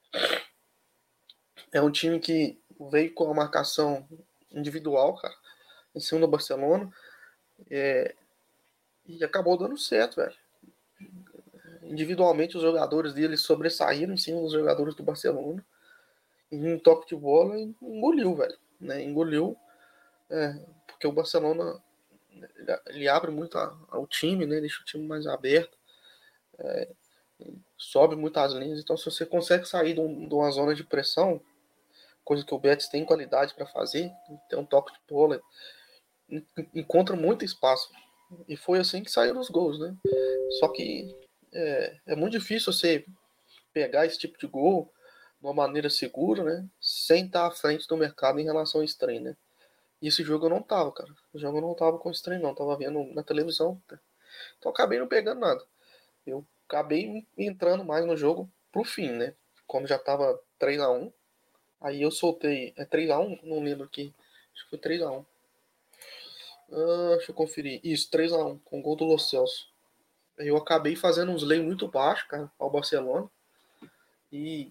É um time que veio com a marcação individual, cara, em cima do Barcelona. É, e acabou dando certo, velho. Individualmente, os jogadores dele sobressaíram em cima dos jogadores do Barcelona. E um toque de bola engoliu, velho. Né? Engoliu, é, porque o Barcelona ele abre muito a, ao time, né? Deixa o time mais aberto. É, sobe muito as linhas. Então, se você consegue sair de, um, de uma zona de pressão, coisa que o Betis tem qualidade para fazer, tem um toque de bola, encontra muito espaço. E foi assim que saíram os gols, né? Só que é, é muito difícil você pegar esse tipo de gol de uma maneira segura, né? Sem estar à frente do mercado em relação ao esse trem, né? E esse jogo eu não tava, cara. O jogo eu não tava com esse trem, não. Tava vendo na televisão. Então eu acabei não pegando nada. Eu acabei entrando mais no jogo pro fim, né? Como já tava três a um. Aí eu soltei. É três a um? Não lembro aqui. Acho que foi três a um. Ah, deixa eu conferir. Isso, três a um, com o gol do Lo Celso. Eu acabei fazendo uns lay muito baixos, cara, ao Barcelona. E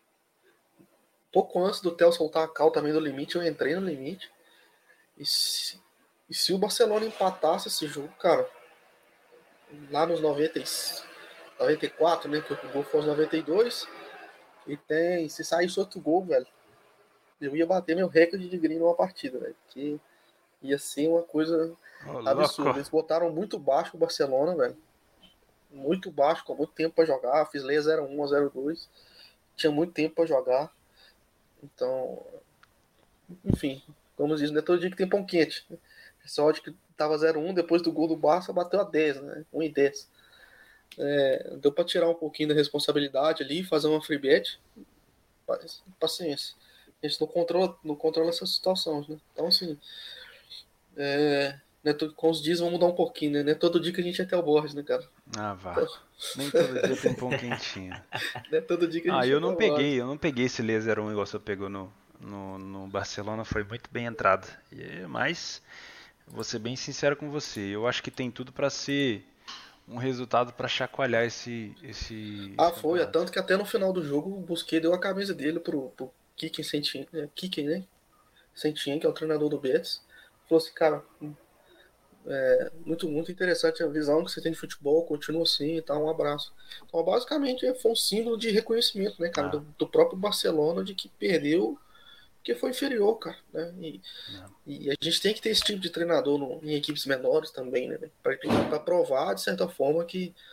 pouco antes do Theo soltar a cal também do limite, eu entrei no limite. E se, e se o Barcelona empatasse esse jogo, cara, lá nos noventa, noventa e quatro, né, que o gol foi aos noventa e dois, e tem, se saísse outro gol, velho, eu ia bater meu recorde de green numa partida, velho, que ia ser uma coisa Ô, louco. absurda. Eles botaram muito baixo o Barcelona, velho. Muito baixo, com muito tempo pra jogar. Fiz lei zero um a zero dois. Tinha muito tempo pra jogar. Então, enfim, como diz, não é todo dia que tem pão quente. Só de que tava zero um, depois do gol do Barça bateu a dez, né? um e dez. É, deu pra tirar um pouquinho da responsabilidade ali, fazer uma free bet. Mas, paciência. A gente não controla, não controla essas situações, né? Então, assim, é, né, com os dias vão mudar um pouquinho, né? Não é todo dia que a gente é Theo Borges, né, cara? Ah, vá. Então, Nem todo dia tem pão quentinho. não é todo dia que a gente Ah, é eu não Theo Borges. peguei, eu não peguei esse Lê zero um igual você pegou no, no, no Barcelona, foi muito bem entrada. E- Mas, vou ser bem sincero com você, eu acho que tem tudo pra ser um resultado pra chacoalhar esse, esse, Ah, esse foi. É campeonato. tanto que até no final do jogo o Busquets deu a camisa dele pro, pro Kiken Setien, é, Kiken, né? Setien, que é o treinador do Betis. Falou assim, cara, é muito, muito interessante a visão que você tem de futebol, continua assim e tal, um abraço. Então, basicamente, foi um símbolo de reconhecimento, né, cara, Ah, do, do próprio Barcelona, de que perdeu porque foi inferior, cara, né? E, não. e a gente tem que ter esse tipo de treinador no, em equipes menores também, né? Pra, pra provar, de certa forma, que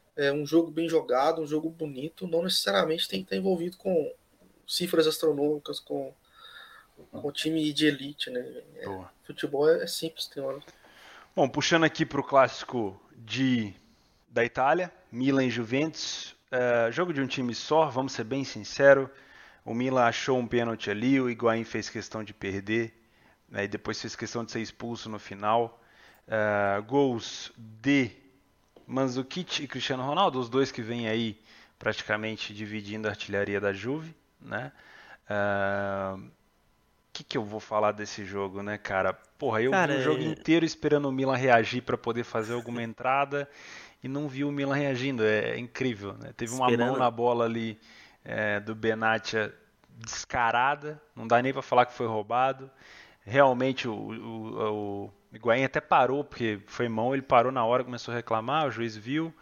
é, um jogo bem jogado, um jogo bonito, não necessariamente tem que estar envolvido com cifras astronômicas, com, com time de elite, né? É, futebol é, é simples, tem hora. Bom, puxando aqui para o clássico de, da Itália, Milan e Juventus, uh, jogo de um time só, vamos ser bem sinceros, o Milan achou um pênalti ali, o Higuaín fez questão de perder, né, e depois fez questão de ser expulso no final. Uh, gols de Mandzukic e Cristiano Ronaldo, os dois que vêm aí praticamente dividindo a artilharia da Juve, né? Uh, que que eu vou falar desse jogo, né, cara? Porra, eu Cara, vi o jogo é- inteiro esperando o Milan reagir para poder fazer alguma entrada e não vi o Milan reagindo. É, é incrível, né? Teve uma mão Esperando. na bola ali é, do Benatia descarada, não dá nem para falar que foi roubado. Realmente o, o, o Higuaín até parou, porque foi mão, ele parou na hora, começou a reclamar, o juiz viu,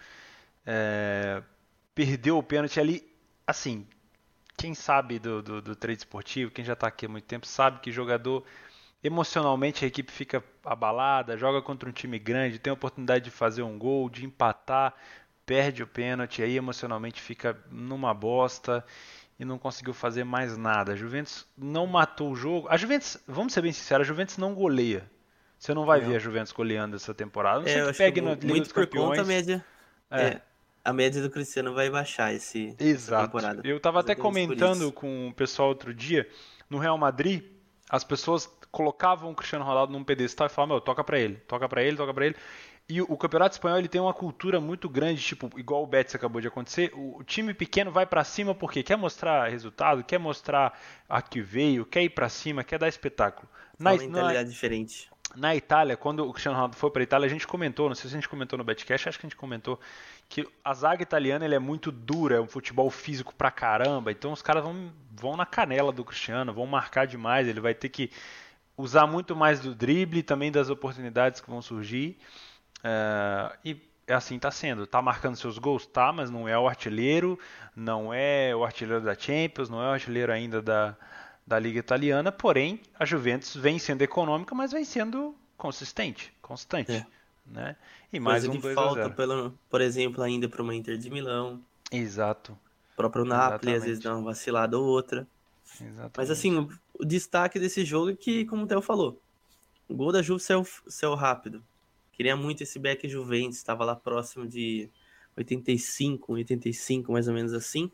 é, perdeu o pênalti ali, assim. Quem sabe do, do, do trade esportivo, quem já está aqui há muito tempo, sabe que jogador, emocionalmente a equipe fica abalada, joga contra um time grande, tem a oportunidade de fazer um gol, de empatar, perde o pênalti, aí emocionalmente fica numa bosta e não conseguiu fazer mais nada. A Juventus não matou o jogo. A Juventus, vamos ser bem sinceros, a Juventus não goleia. Você não vai ver a Não. Juventus goleando essa temporada. A não É, sei eu que acho que pegue na mu- Liga dos muito por conta a Campeões. média. É. É, a média do Cristiano vai baixar esse, essa Exato. temporada. Eu estava até Exatamente por comentando isso. com o pessoal outro dia, no Real Madrid, as pessoas colocavam o Cristiano Ronaldo num pedestal e falavam, meu, toca pra ele, toca pra ele, toca pra ele. E o, o Campeonato Espanhol ele tem uma cultura muito grande, tipo, igual o Betis acabou de acontecer, o, o time pequeno vai pra cima porque quer mostrar resultado, quer mostrar a que veio, quer ir pra cima, quer dar espetáculo. É Na, uma na, mentalidade diferente. na Itália, quando o Cristiano Ronaldo foi para a Itália, a gente comentou, não sei se a gente comentou no Betcast, acho que a gente comentou, que a zaga italiana ele é muito dura, é um futebol físico pra caramba, então os caras vão, vão na canela do Cristiano, vão marcar demais, ele vai ter que usar muito mais do drible e também das oportunidades que vão surgir, uh, e assim tá sendo, tá marcando seus gols, tá, mas não é o artilheiro, não é o artilheiro da Champions, não é o artilheiro ainda da da Liga Italiana, porém a Juventus vem sendo econômica, mas vem sendo consistente, constante, É. né? E mais Coisa um que dois a falta, zero. pelo, por exemplo, ainda para uma Inter de Milão. Exato. O próprio Napoli às vezes Exatamente. dá uma vacilada ou outra. Exatamente. Mas assim, o, o destaque desse jogo é que, como o Theo falou, o gol da Juve saiu, saiu rápido. Queria muito esse back Juventus, estava lá próximo de oitenta e cinco, oitenta e cinco, mais ou menos assim.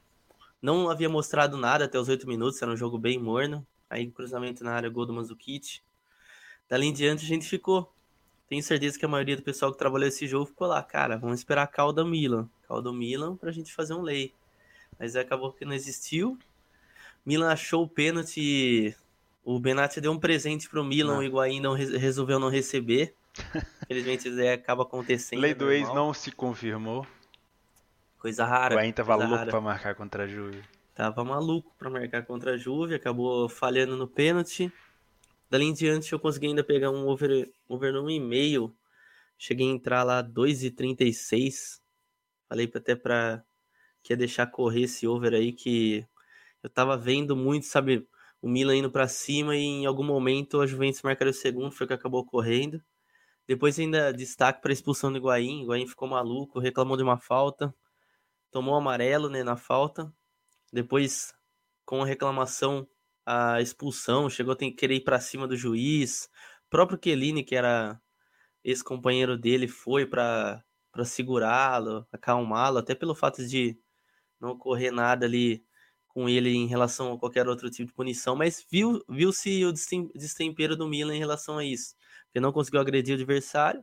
Não havia mostrado nada até os oito minutos, era um jogo bem morno. Aí cruzamento na área, gol do Mandzukic. Dali em diante a gente ficou. Tenho certeza que a maioria do pessoal que trabalhou esse jogo ficou lá, cara, vamos esperar a call do Milan. Call do Milan pra gente fazer um lay. Mas acabou que não existiu. Milan achou o pênalti. O Benatia deu um presente pro Milan, Não. o Higuaín não re- resolveu não receber. Infelizmente isso aí acaba acontecendo, Lei é do ex normal. não se confirmou. Coisa O rara, Higuaín tava coisa louco rara. para marcar contra a Juve. Tava maluco pra marcar contra a Juve, acabou falhando no pênalti. Dali em diante eu consegui ainda pegar um over, over no e-mail. Cheguei a entrar lá dois e trinta e seis. Falei até pra que ia deixar correr esse over aí, que eu tava vendo muito, sabe, o Milan indo pra cima e em algum momento a Juventus marcaria o segundo, foi o que acabou correndo. Depois ainda destaque pra expulsão do Higuaín. O Higuaín ficou maluco, reclamou de uma falta, tomou amarelo, né, na falta. Depois, com a reclamação, a expulsão, chegou a ter que querer ir pra cima do juiz. O próprio Chiellini, que era ex-companheiro dele, foi pra para segurá-lo, acalmá-lo, até pelo fato de não ocorrer nada ali com ele em relação a qualquer outro tipo de punição, mas viu, viu-se o destem- destempero do Milan em relação a isso, porque não conseguiu agredir o adversário.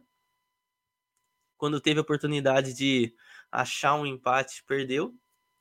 Quando teve a oportunidade de achar um empate, perdeu.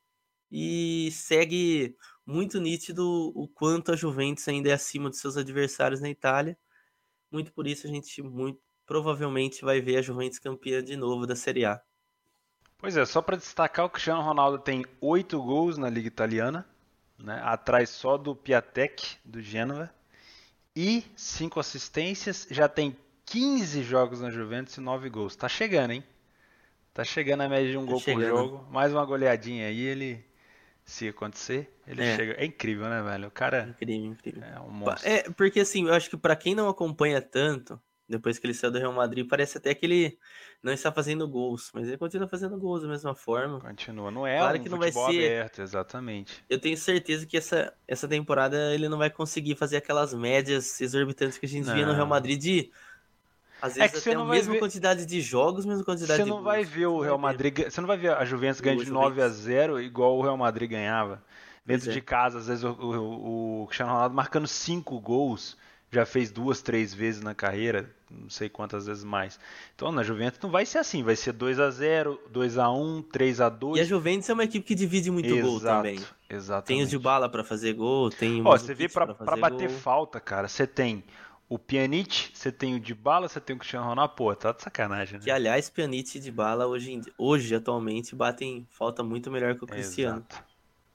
E segue muito nítido o quanto a Juventus ainda é acima dos seus adversários na Itália. Muito por isso a gente muito provavelmente vai ver a Juventus campeã de novo da Série A. Pois é, só para destacar, o Cristiano Ronaldo tem oito gols na Liga Italiana, né, atrás só do Piatek, do Genoa, e cinco assistências, já tem quinze jogos na Juventus e nove gols. Tá chegando, hein? Tá chegando a média de um Tá gol por chegando. jogo. Mais uma goleadinha aí, ele, se acontecer, ele É. chega. É incrível, né, velho? O cara Incrível, incrível. é um monstro. É, porque assim, eu acho que pra quem não acompanha tanto, Depois que ele saiu do Real Madrid, parece até que ele não está fazendo gols, mas ele continua fazendo gols da mesma forma. Continua, não é Claro um que não vai futebol ser. aberto, exatamente. Eu tenho certeza que essa, essa temporada ele não vai conseguir fazer aquelas médias exorbitantes que a gente via no Real Não. Madrid de, às É vezes, que você até a não vai mesma ver, quantidade de jogos, mesma quantidade você de não vai gols. ver Você o não vai Real ver. Madrid, ga- você não vai ver a Juventus ganhando O de nove a Juventus. zero igual o Real Madrid ganhava. Pois Dentro de é. casa, às vezes o, o, o Cristiano Ronaldo marcando cinco gols, já fez duas, três vezes na carreira, não sei quantas vezes mais. Então na Juventus não vai ser assim, vai ser dois a zero, dois a um, três a E a dois. Juventus é uma equipe que divide muito gol também. Exato, Tem os exatamente. Dybala para fazer gol, tem o Ó, você vê Mandzukic pra, para pra fazer bater gol. falta, cara, você tem o Pjanic, você tem o Dybala, você tem o Cristiano Ronaldo, pô, tá de sacanagem, Que, né? aliás, Pjanic e Dybala hoje, em- hoje, atualmente, batem falta muito melhor que o Cristiano. Exato.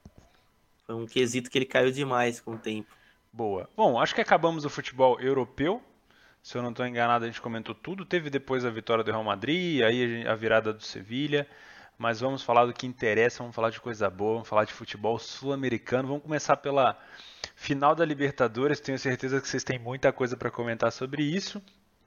Foi um quesito que ele caiu demais com o tempo. Boa. Bom, acho que acabamos o futebol europeu. Se eu não estou enganado, a gente comentou tudo. Teve depois a vitória do Real Madrid, aí a gen- a virada do Sevilha. Mas vamos falar do que interessa, vamos falar de coisa boa, vamos falar de futebol sul-americano. Vamos começar pela final da Libertadores. Tenho certeza que vocês têm muita coisa para comentar sobre isso.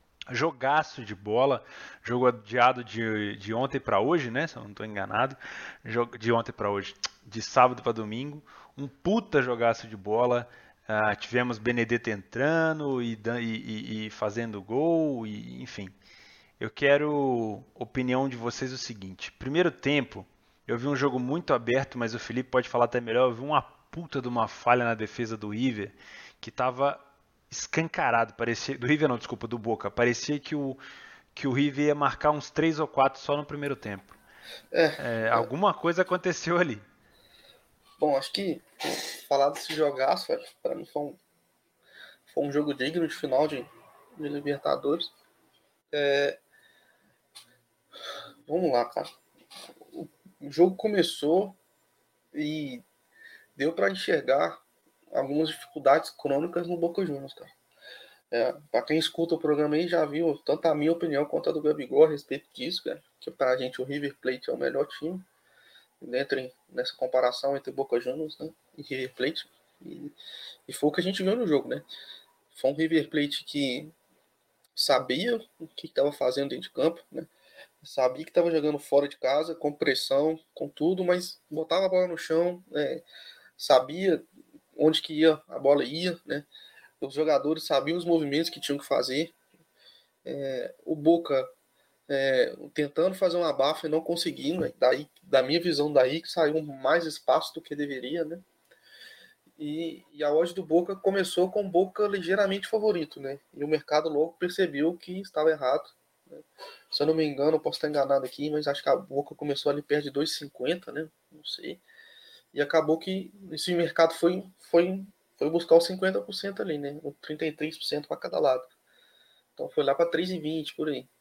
Jogaço de bola, jogo adiado de, de ontem para hoje, né? Se eu não estou enganado, Jog- de ontem para hoje, de sábado para domingo, um puta jogaço de bola. Ah, tivemos Benedetto entrando e, dan- e- e- e fazendo gol, e, enfim. Eu quero opinião de vocês o seguinte: primeiro tempo, eu vi um jogo muito aberto, mas o Felipe pode falar até melhor. Eu vi uma puta de uma falha na defesa do River que estava escancarado, parecia, do River não, desculpa, do Boca. Parecia que o que o River ia marcar uns três ou quatro só no primeiro tempo. É, É, alguma coisa aconteceu ali. bom, acho que falar desse jogaço, velho, pra mim foi um, foi um jogo digno de final de, de Libertadores. É, vamos lá, cara. O, o jogo começou e deu pra enxergar algumas dificuldades crônicas no Boca Juniors, cara. É, pra quem escuta o programa aí já viu tanto a minha opinião quanto a do Gabigol a respeito disso, cara. Que pra gente o River Plate é o melhor time dentro nessa comparação entre Boca Juniors, né, e River Plate. E, e foi o que a gente viu no jogo, né? Foi um River Plate que sabia o que estava fazendo dentro de campo, né? Sabia que estava jogando fora de casa, com pressão, com tudo, mas botava a bola no chão, né? Sabia onde que ia, a bola ia, né? Os jogadores sabiam os movimentos que tinham que fazer. É, o Boca é, tentando fazer um abafo e não conseguindo, né? Daí, da minha visão, daí que saiu mais espaço do que deveria, né? E, e a odd do Boca começou com o Boca ligeiramente favorito, né? E o mercado logo percebeu que estava errado, né? Se eu não me engano, eu posso estar enganado aqui, mas acho que a Boca começou ali perto de dois e cinquenta, né? Não sei. E acabou que esse mercado foi, foi, foi buscar os cinquenta por cento ali, né? O trinta e três por cento para cada lado. Então foi lá para três e vinte por aí.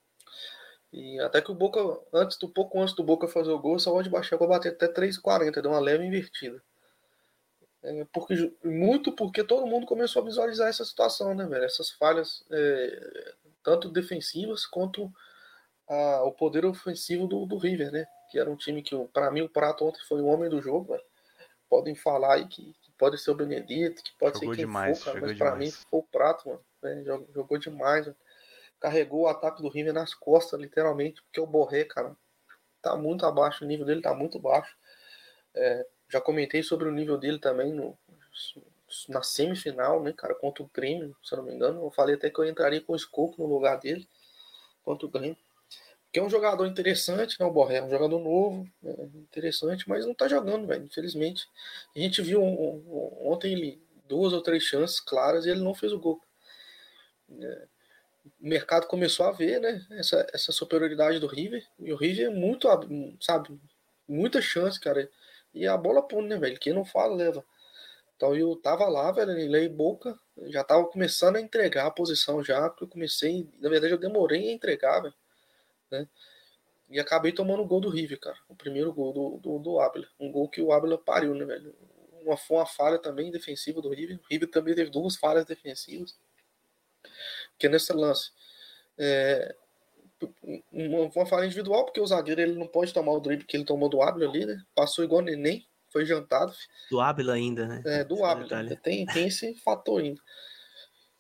E até que o Boca, antes do pouco antes do Boca fazer o gol, essa odd baixou para bater até três e quarenta, deu uma leve invertida. É, porque, muito porque todo mundo começou a visualizar essa situação, né, velho? Essas falhas, é, tanto defensivas quanto a, o poder ofensivo do, do River, né? Que era um time que, para mim, o Prato ontem foi o homem do jogo, velho. Podem falar aí que, que pode ser o Benedito, que pode Jogou ser quem demais, for, cara, jogou mas para mim demais. foi o Prato, mano. Né? Jogou, jogou demais, mano. Carregou o ataque do River nas costas, literalmente, porque o Borré, cara, tá muito abaixo, o nível dele tá muito baixo. É, já comentei sobre o nível dele também no, na semifinal, né, cara, contra o Grêmio, se eu não me engano. Eu falei até que eu entraria com o Scope no lugar dele, contra o Grêmio. Que é um jogador interessante, né, o Borré, é um jogador novo, né, interessante, mas não tá jogando, velho, infelizmente. A gente viu um, um, ontem ele duas ou três chances claras e ele não fez o gol. É, o mercado começou a ver, né, essa, essa superioridade do River, e o River é muito, sabe, muita chance, cara. E a bola pune, né, velho? Quem não fala, leva. Então eu tava lá, velho, Lei Boca, já tava começando a entregar a posição já, porque eu comecei, na verdade eu demorei a entregar, velho, né? E acabei tomando o gol do River, cara. O primeiro gol do, do, do Ábila. Um gol que o Ábila pariu, né, velho? Uma, foi uma falha também defensiva do River. O River também teve duas falhas defensivas. Porque nesse lance, é, uma, uma falha individual, porque o zagueiro ele não pode tomar o drible que ele tomou do Ábila ali, né? Passou igual neném, foi jantado. Do Ábila ainda, né? É, do Esse é o Ábila, detalhe. tem, tem esse fator ainda.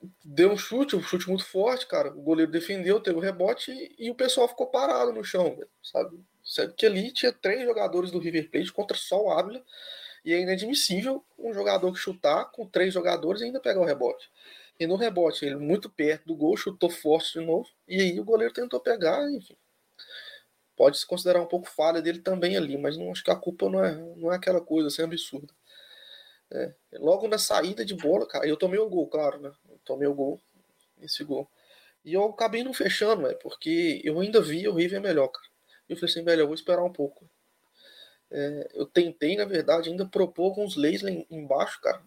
deu um chute, um chute muito forte, cara. O goleiro defendeu, teve o rebote e, e o pessoal ficou parado no chão, sabe? Sabe que ali tinha três jogadores do River Plate contra só o Ávila e é inadmissível um jogador que chutar com três jogadores e ainda pegar o rebote. E no rebote, ele muito perto do gol, chutou forte de novo e aí o goleiro tentou pegar, enfim. Pode se considerar um pouco falha dele também ali, mas não acho que a culpa não é, não é aquela coisa assim absurda. É, logo na saída de bola, cara, eu tomei o gol, claro, né? Eu tomei o gol, esse gol. E eu acabei não fechando, é, porque eu ainda vi o River melhor, cara. Eu falei assim, velho, eu vou esperar um pouco. É, eu tentei, na verdade, ainda propor alguns leis lá embaixo, cara.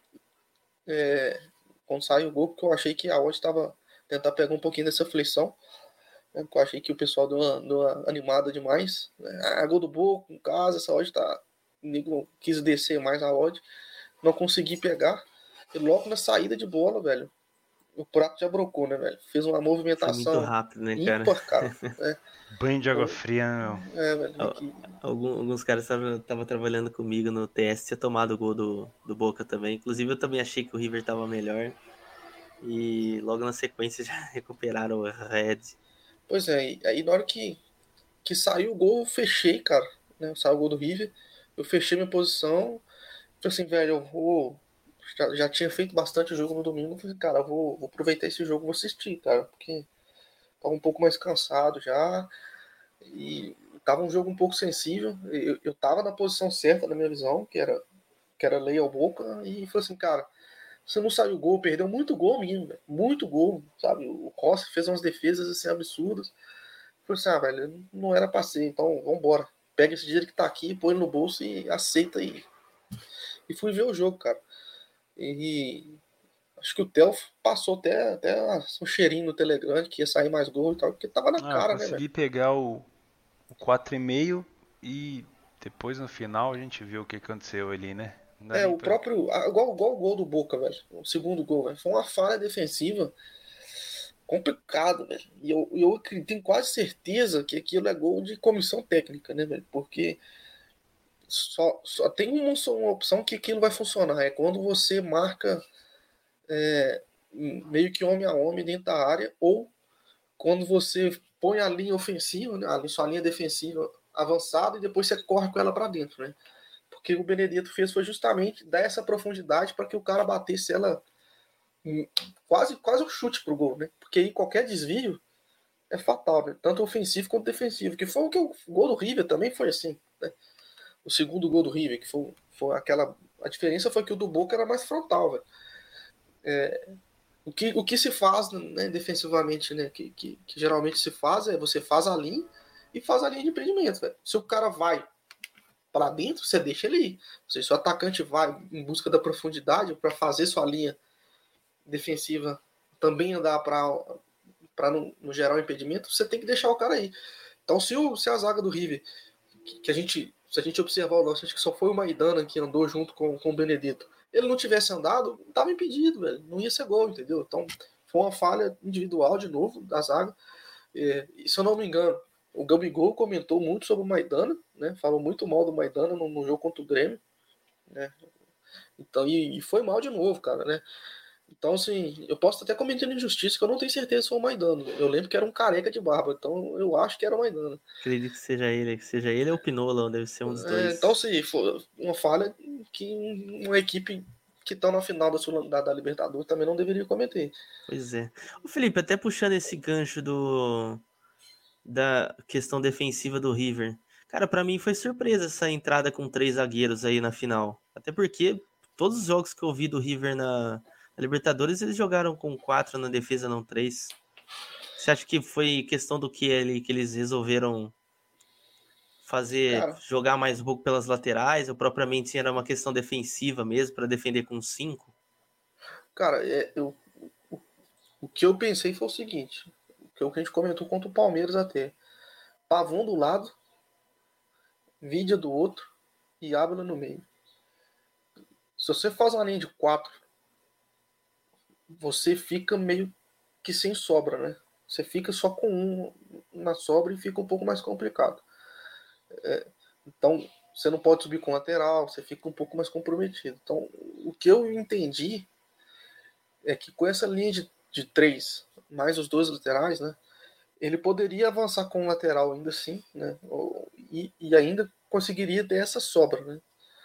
É, quando saiu o gol, porque eu achei que a odd estava tentar pegar um pouquinho dessa flexão. Né, porque eu achei que o pessoal deu uma, deu uma animada demais. Né? Ah, gol do Boca, em casa, essa odd tá. O nego quis descer mais a odd. Não consegui pegar. E logo na saída de bola, velho, o prato já brocou, né, velho? Fez uma Foi muito movimentação rápido, né, cara? ímpar, cara. Né? Banho de água fria, meu. É, velho, Al- que... Algum- alguns caras estavam trabalhando comigo no T S, tinha tomado o gol do, do Boca também. Inclusive, eu também achei que o River tava melhor. E logo na sequência já recuperaram o Red. Pois é, e aí na hora que, que saiu o gol, eu fechei, cara. Né? Saiu o gol do River, eu fechei minha posição. Falei assim, velho, eu vou. Já, já tinha feito bastante jogo no domingo. Falei, cara, eu vou, vou aproveitar esse jogo, vou assistir, cara, porque tava um pouco mais cansado já. E tava um jogo um pouco sensível. Eu, eu tava na posição certa, na minha visão, que era, que era lei ao Boca. E falei assim, cara, você não saiu gol, perdeu muito gol mesmo, velho. Muito gol, sabe? O Rossi fez umas defesas assim absurdas. Falei assim, ah, velho, não era pra ser, então vambora. Pega esse dinheiro que tá aqui, põe no bolso e aceita e, e fui ver o jogo, cara. E acho que o Theo passou até, até um cheirinho no Telegram que ia sair mais gol e tal, porque tava na Ah, eu cara, né, velho? consegui pegar o, o quatro e meio e depois no final a gente viu o que aconteceu ali, né? Não dá É, nem o pra... próprio. ah, Igual, igual o gol do Boca, velho. O segundo gol, velho. Foi uma falha defensiva complicado, velho. E eu, eu acredito- tenho quase certeza que aquilo é gol de comissão técnica, né, velho? Porque só, só tem uma, só uma opção que aquilo vai funcionar. É quando você marca é, meio que homem a homem dentro da área, ou quando você põe a linha ofensiva, né, a sua linha defensiva avançada e depois você corre com ela para dentro, né? Porque o Benedetto fez foi justamente dar essa profundidade para que o cara batesse ela quase quase um chute pro gol, né? Porque aí qualquer desvio é fatal, né? Tanto ofensivo quanto defensivo. Que foi o que o gol do River também foi assim, né? O segundo gol do River, que foi, foi aquela. A diferença foi que o do Boca era mais frontal, velho. É, o, que, o que se faz né, defensivamente, né? Que, que, que geralmente se faz é você faz a linha e faz a linha de impedimento, velho. Se o cara vai para dentro, você deixa ele ir. Se o atacante vai em busca da profundidade para fazer sua linha defensiva também andar para no, no geral impedimento, você tem que deixar o cara aí. Então, se, o, se a zaga do River, que, que a gente, se a gente observar o lance, acho que só foi o Maidana que andou junto com, com o Benedetto, ele não tivesse andado, estava impedido, velho. Não ia ser gol, entendeu? Então, foi uma falha individual de novo da zaga. É, e se eu não me engano, o Gabigol comentou muito sobre o Maidana, né? Falou muito mal do Maidana no, no jogo contra o Grêmio, né? Então, e, e foi mal de novo, cara, né? Então, assim, eu posso até cometendo injustiça que eu não tenho certeza se foi o Maidana. Eu lembro que era um careca de barba, então eu acho que era o Maidana. Acredito que seja ele, que seja ele ou o Pinola, deve ser um dos É, então, dois. assim, foi uma falha que uma equipe que está na final da, Sul, da, da Libertadores também não deveria cometer. Pois é. Ô Felipe, até puxando esse gancho do da questão defensiva do River. Cara, pra mim foi surpresa essa entrada com três zagueiros aí na final. Até porque todos os jogos que eu vi do River na, na Libertadores, eles jogaram com quatro na defesa, não três. Você acha que foi questão do que ele que eles resolveram fazer Cara, jogar mais um pouco pelas laterais, ou propriamente era uma questão defensiva mesmo para defender com cinco? cara é, eu, o, o que eu pensei foi o seguinte: o que a gente comentou contra o Palmeiras até. Pavão do lado, Vidia do outro e Ávila no meio. Se você faz uma linha de quatro, você fica meio que sem sobra, né? Você fica só com um na sobra e fica um pouco mais complicado. É, então, você não pode subir com lateral, você fica um pouco mais comprometido. Então, o que eu entendi é que com essa linha de, de três, mais os dois laterais, né? Ele poderia avançar com o lateral ainda assim, né? E, e ainda conseguiria ter essa sobra, né?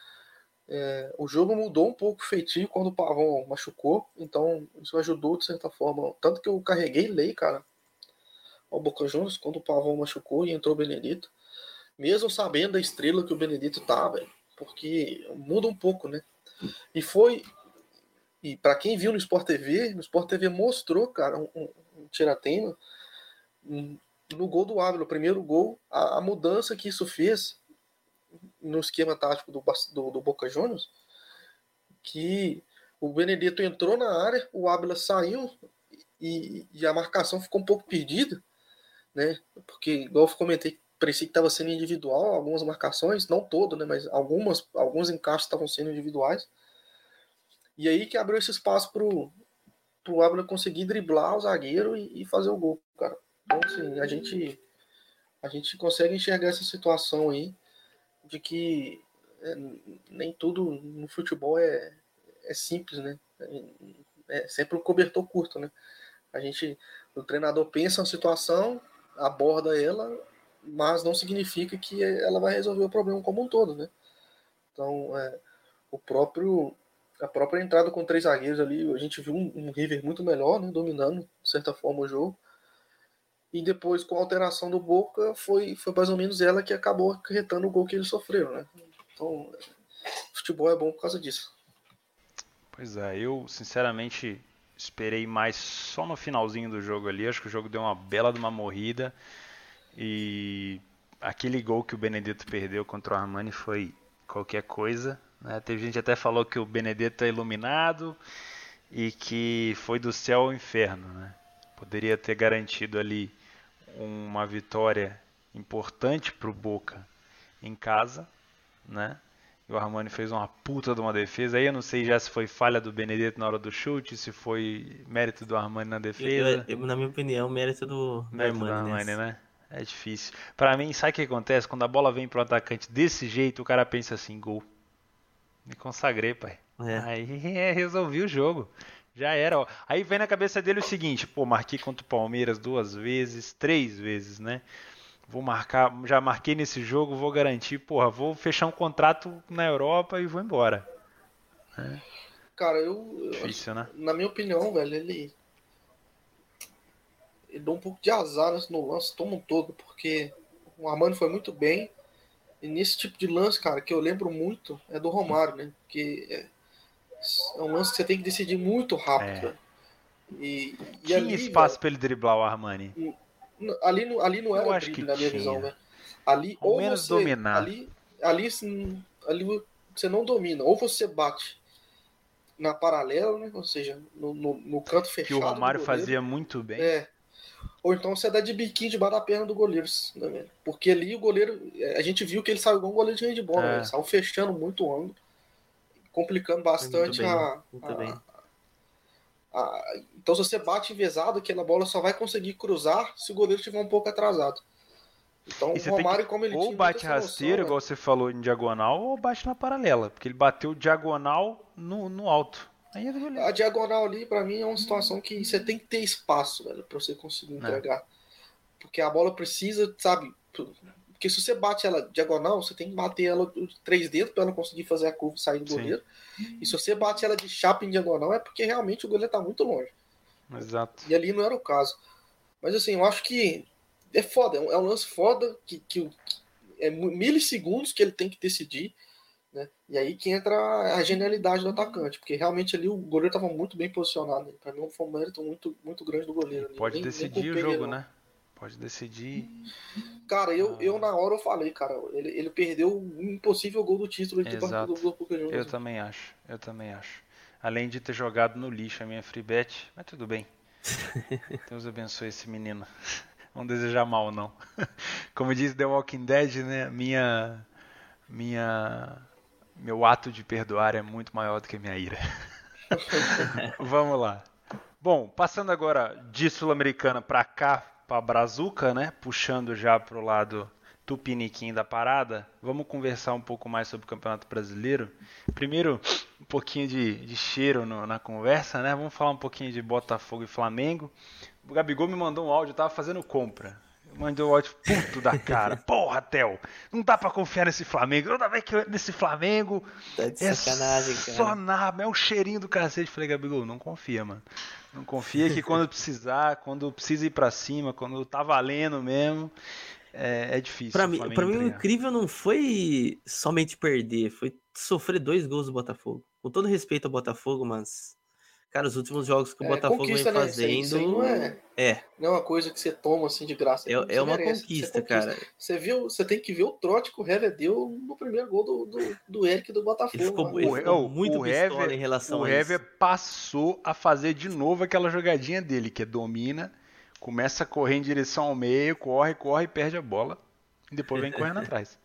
É, o jogo mudou um pouco o feitio quando o Pavão machucou, então isso ajudou de certa forma. Tanto que eu carreguei lei, cara, ao Boca Juniors quando o Pavão machucou e entrou o Benedito, mesmo sabendo da estrela que o Benedito tá, velho, porque muda um pouco, né? E foi. E para quem viu no Sport T V, no Sport T V mostrou, cara, um, um, um tirateima um, no gol do Ávila, o primeiro gol, a, a mudança que isso fez no esquema tático do, do, do Boca Juniors, que o Benedetto entrou na área, o Ávila saiu e, e a marcação ficou um pouco perdida, né? Porque, igual eu comentei, parecia que estava sendo individual algumas marcações, não todo, né? Mas algumas, alguns encaixes estavam sendo individuais. E aí que abriu esse espaço pro, pro Ávila conseguir driblar o zagueiro e, e fazer o gol, cara. Então, assim, a gente, a gente consegue enxergar essa situação aí de que é, nem tudo no futebol é, é simples, né? É sempre um cobertor curto, né? A gente, o treinador pensa uma situação, aborda ela, mas não significa que ela vai resolver o problema como um todo, né? Então, é, o próprio a própria entrada com três zagueiros ali, a gente viu um, um River muito melhor, né? Dominando, de certa forma, o jogo. E depois, com a alteração do Boca, foi, foi mais ou menos ela que acabou acarretando o gol que eles sofreram, né? Então, futebol é bom por causa disso. Pois é, eu sinceramente esperei mais só no finalzinho do jogo ali. Acho que o jogo deu uma bela de uma morrida. E aquele gol que o Benedetto perdeu contra o Armani foi qualquer coisa, né? Teve gente até falou que o Benedetto é iluminado e que foi do céu ao inferno, né? Poderia ter garantido ali uma vitória importante para o Boca em casa, né? E o Armani fez uma puta de uma defesa. Aí eu não sei já se foi falha do Benedetto na hora do chute, se foi mérito do Armani na defesa. Eu, eu, na minha opinião, mérito do, do mérito Armani, do Armani, nessa. né? É difícil. Pra mim, sabe o que acontece? Quando a bola vem pro atacante desse jeito, o cara pensa assim, gol. Me consagrei, pai. É. Aí é, resolvi o jogo. Já era, ó. Aí vem na cabeça dele o seguinte, pô, marquei contra o Palmeiras duas vezes, três vezes, né? Vou marcar, já marquei nesse jogo, vou garantir, porra, vou fechar um contrato na Europa e vou embora. É. Cara, eu... Difícil, eu, né? Na minha opinião, velho, ele... Ele deu um pouco de azar no lance como um todo, porque o Armani foi muito bem. E nesse tipo de lance, cara, que eu lembro muito, é do Romário, né? Porque é, é um lance que você tem que decidir muito rápido. É. E, e Tinha ali, espaço velho, pra ele driblar o Armani? Ali, ali não era Eu acho drible, que na minha tinha. visão, velho. Ali, Ao ou menos você. dominar. Ali, ali, assim, ali você não domina. Ou você bate na paralela, né? Ou seja, no, no, no canto fechado. Que o Romário do goleiro, fazia muito bem. É. Ou então você dá de biquinho debaixo da perna do goleiro. Né, porque ali o goleiro. A gente viu que ele saiu igual um goleiro de handball, é. né? Ele saiu fechando muito o ângulo, complicando bastante muito bem, a. muito a, bem. a, então, se você bate envezado, aquela bola só vai conseguir cruzar se o goleiro estiver um pouco atrasado. Então, e o Romário, que, como ele ou tinha bate rasteiro, noção, igual você falou, em diagonal, ou bate na paralela. Porque ele bateu diagonal no, no alto. Aí é do goleiro. A diagonal ali, pra mim, é uma situação que você tem que ter espaço, velho, pra você conseguir entregar. É. Porque a bola precisa, sabe... Porque se você bate ela diagonal, você tem que bater ela de três dedos pra ela conseguir fazer a curva e sair do goleiro. Sim. E se você bate ela de chapa em diagonal, é porque realmente o goleiro tá muito longe. Exato. E ali não era o caso. Mas assim, eu acho que é foda, é um lance foda, que, que, que é milissegundos que ele tem que decidir, né? E aí que entra a genialidade do atacante, porque realmente ali o goleiro estava muito bem posicionado. Para mim foi um mérito muito, muito grande do goleiro. Ali. Pode nem, decidir nem o jogo, ele, né? Pode decidir. Cara, eu, ah. eu na hora eu falei, cara, ele, ele perdeu um impossível gol do título aqui Exato. do Boca Juniors. Eu também acho, eu também acho. Além de ter jogado no lixo a minha free bet, mas tudo bem. Deus abençoe esse menino. Não desejar mal, não. Como diz The Walking Dead, né? Minha, minha, meu ato de perdoar é muito maior do que minha ira. Vamos lá. Bom, passando agora de Sul-Americana para cá, para Brazuca, né? Puxando já para o lado tupiniquim da parada, vamos conversar um pouco mais sobre o Campeonato Brasileiro. Primeiro, um pouquinho de, de cheiro no, na conversa, né? Vamos falar um pouquinho de Botafogo e Flamengo. O Gabigol me mandou um áudio, eu tava fazendo compra. Mandou um áudio puto da cara. Porra, Theo, não dá pra confiar nesse Flamengo. Toda vez que eu entro nesse Flamengo, Tá de é sacanagem, cara. só nabo, é um cheirinho do cacete. Falei, Gabigol, não confia, mano. Não confia que quando precisar, quando precisa ir pra cima, quando tá valendo mesmo, é, é difícil. Pra o mim, Flamengo pra mim o entregar. incrível não foi somente perder, foi sofrer dois gols do Botafogo. Com todo respeito ao Botafogo, mas, cara, os últimos jogos que o É, Botafogo vem conquista, né? Isso aí, isso aí fazendo. não é, É, não é uma coisa que você toma assim de graça. é, Você é uma merece, conquista, você conquista. cara. Você viu, você tem que ver o trote que o Hever deu no primeiro gol do, do, do Eric do Ele Botafogo. ficou, mano. ele O, ficou o, muito o pistola Hever, em relação o a Hever isso. passou a fazer de novo aquela jogadinha dele, que é domina, começa a correr em direção ao meio, corre, corre, perde a bola e depois vem correndo atrás.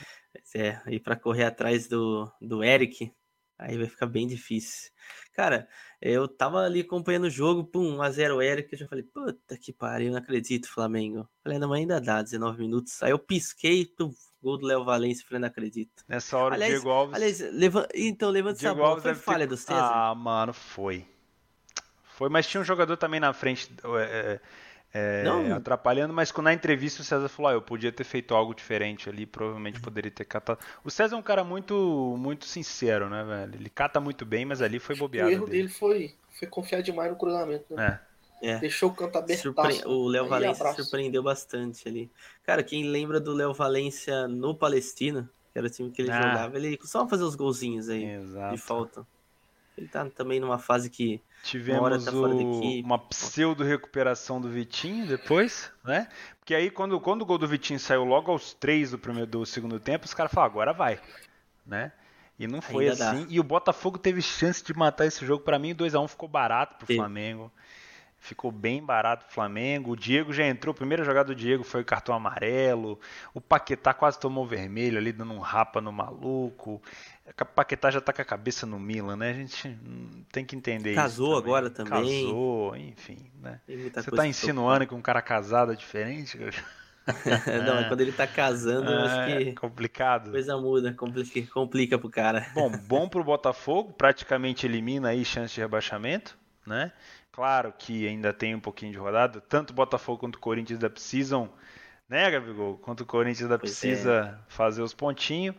É, e pra correr atrás do, do Eric, aí vai ficar bem difícil. Cara, eu tava ali acompanhando o jogo, pum, um a zero Eric, eu já falei, puta que pariu, não acredito, Flamengo. Falei, não, mas ainda dá, dezenove minutos. Aí eu pisquei, pum, gol do Léo Valência, falei, não acredito. Nessa hora o Aliás, Diego Alves, aliás leva... então, levanta essa Diego bola, Alves foi deve ter... falha do César? Ah, mano, foi. Foi, mas tinha um jogador também na frente é, é, Não, atrapalhando, mas na entrevista o César falou, ah, eu podia ter feito algo diferente ali, provavelmente poderia ter catado. O César é um cara muito, muito sincero, né, velho? Ele cata muito bem, mas ali foi Acho que bobeada o erro dele. dele foi, foi confiar demais no cruzamento, né? É. é. Deixou o canto Surpre... abertaço. O Léo Aí, Valência abraço. surpreendeu bastante ali. Cara, quem lembra do Léo Valência no Palestina, que era o time que ele Ah. jogava, ele costumava fazer os golzinhos aí Exato. de falta. Ele tá também numa fase que Tivemos uma hora tá fora da o... equipe. uma pseudo-recuperação do Vitinho depois, né? Porque aí quando, quando o gol do Vitinho saiu logo aos três do, primeiro, do segundo tempo, os caras falaram, agora vai, né? E não foi Ainda assim. dá. E o Botafogo teve chance de matar esse jogo. Pra mim, dois a um ficou barato pro Teve. Flamengo. Ficou bem barato pro Flamengo. O Diego já entrou. A primeira jogada do Diego foi o cartão amarelo. O Paquetá quase tomou vermelho ali, dando um rapa no maluco. O Paquetá já tá com a cabeça no Milan, né? A gente tem que entender Casou isso. Casou agora também. Casou, enfim, né? Tem muita Você coisa tá pra insinuando que um cara casado é diferente? Não, mas quando ele tá casando, eu acho É que complicado. coisa muda, complica, complica pro cara. Bom, bom pro Botafogo, praticamente elimina aí chance de rebaixamento, né? Claro que ainda tem um pouquinho de rodada, tanto o Botafogo quanto o Corinthians ainda precisam, né, Gabigol? Quanto o Corinthians ainda Pois precisa fazer os pontinhos,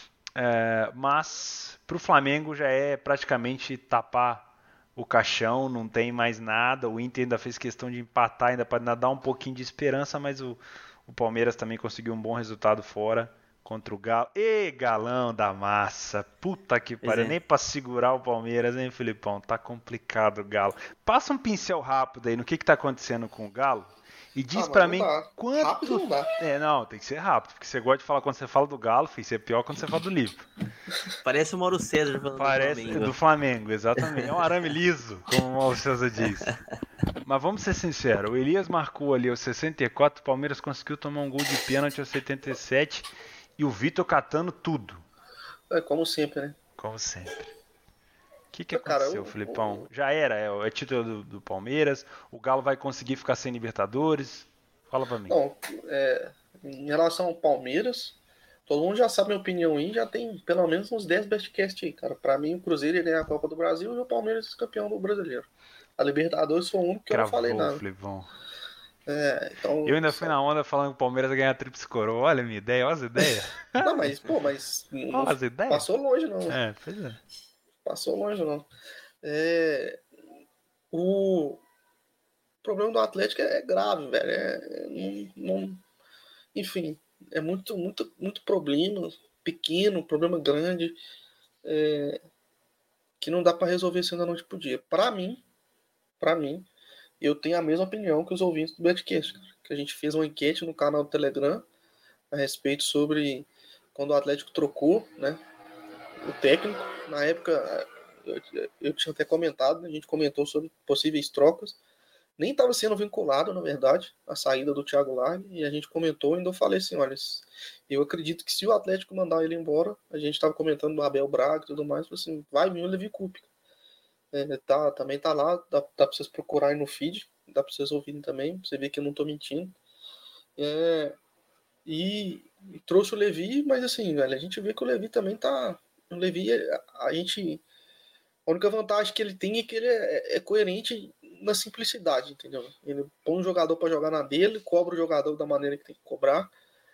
é, mas pro Flamengo já é praticamente tapar o caixão, não tem mais nada, o Inter ainda fez questão de empatar, ainda para dar um pouquinho de esperança, mas o, o Palmeiras também conseguiu um bom resultado fora contra o Galo. E galão da massa. Puta que pariu. é. Nem pra segurar o Palmeiras, hein, Filipão? Tá complicado o Galo. Passa um pincel rápido aí no que que tá acontecendo com o Galo. E diz Ah, pra mas mim não dá. quanto... Rápido não dá. É, não, tem que ser rápido. Porque você gosta de falar quando você fala do Galo, filho. Isso é pior quando você fala do Liverpool. Parece o Mauro César falando Parece do Flamengo. do Flamengo, exatamente. É um arame liso, como o Mauro César diz. Mas vamos ser sinceros. O Elias marcou ali aos sessenta e quatro, o Palmeiras conseguiu tomar um gol de pênalti aos setenta e sete... E o Vitor catando tudo. É como sempre, né? Como sempre. O que, que Cara, aconteceu, eu- Filipão? Já era, é, é título do, do Palmeiras. O Galo vai conseguir ficar sem Libertadores. Fala pra mim. Não, é, em relação ao Palmeiras, todo mundo já sabe minha opinião aí, já tem pelo menos uns dez bestcasts aí, cara. Pra mim, o Cruzeiro ia ganhar a Copa do Brasil e o Palmeiras campeão do Brasileiro. A Libertadores foi o único que eu não falei Cravou, nada. Filipão. É, então, Eu ainda fui na onda falando que o Palmeiras ia ganhar a tríplice coroa. Olha a minha ideia, olha as ideias. Não, mas, pô, mas não Olha as ideias. passou longe, não. É, pois é. Passou longe, não. É, o problema do Atlético é grave, velho. É, não, não- enfim, é muito, muito, muito problema pequeno, problema grande, é, que não dá pra resolver assim da noite pro dia. Pra mim, pra mim, eu tenho a mesma opinião que os ouvintes do Betcast, cara, que a gente fez uma enquete no canal do Telegram a respeito sobre quando o Atlético trocou, né, o técnico. Na época, eu, eu tinha até comentado, a gente comentou sobre possíveis trocas. Nem estava sendo vinculado, na verdade, a saída do Thiago Largue, e a gente comentou, ainda eu falei assim, olha, eu acredito que se o Atlético mandar ele embora, a gente estava comentando do Abel Braga e tudo mais, falei assim, vai vir o Levi Coupe. É, tá, também tá lá, dá, dá pra vocês procurarem no feed, dá pra vocês ouvirem também, pra você ver que eu não tô mentindo. É, e e trouxe o Levi, mas assim, velho, a gente vê que o Levi também tá... O Levi, a gente... A única vantagem que ele tem é que ele é, é coerente na simplicidade, entendeu? Ele põe um jogador para jogar na dele, cobra o jogador da maneira que tem que cobrar,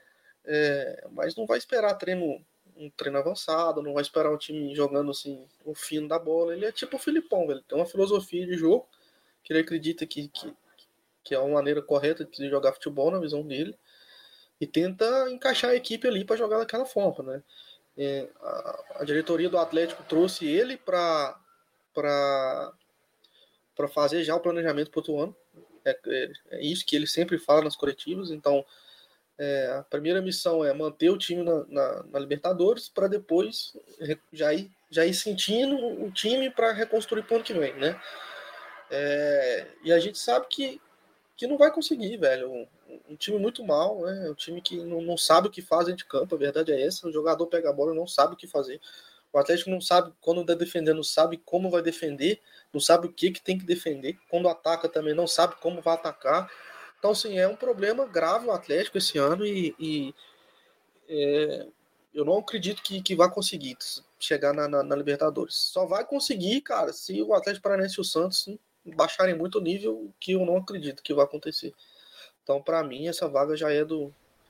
é, mas não vai esperar treino, um treino avançado, não vai esperar o time jogando assim, o fino da bola. Ele é tipo o Filipão, velho. Tem uma filosofia de jogo que ele acredita que, que, que é uma maneira correta de jogar futebol na visão dele e tenta encaixar a equipe ali para jogar daquela forma, né? É, a, a diretoria do Atlético trouxe ele para para para fazer já o planejamento para o outro ano. É, é, é isso que ele sempre fala nas coletivas. Então, é, a primeira missão é manter o time na, na, na Libertadores para depois já ir, já ir sentindo o time para reconstruir para o ano que vem, né? É, e a gente sabe que, que não vai conseguir, velho. Um, um time muito mal, né? Um time que não, não sabe o que faz dentro de campo, a verdade é essa. O jogador pega a bola e não sabe o que fazer. O Atlético não sabe, quando está defendendo, não sabe como vai defender, não sabe o que, que tem que defender. Quando ataca também, não sabe como vai atacar. Então, assim, é um problema grave o Atlético esse ano e, e é, eu não acredito que, que vai conseguir chegar na, na, na Libertadores. Só vai conseguir, cara, se o Atlético Paranaense e o Santos baixarem muito o nível, que eu não acredito que vai acontecer. Então, para mim, essa vaga já é do...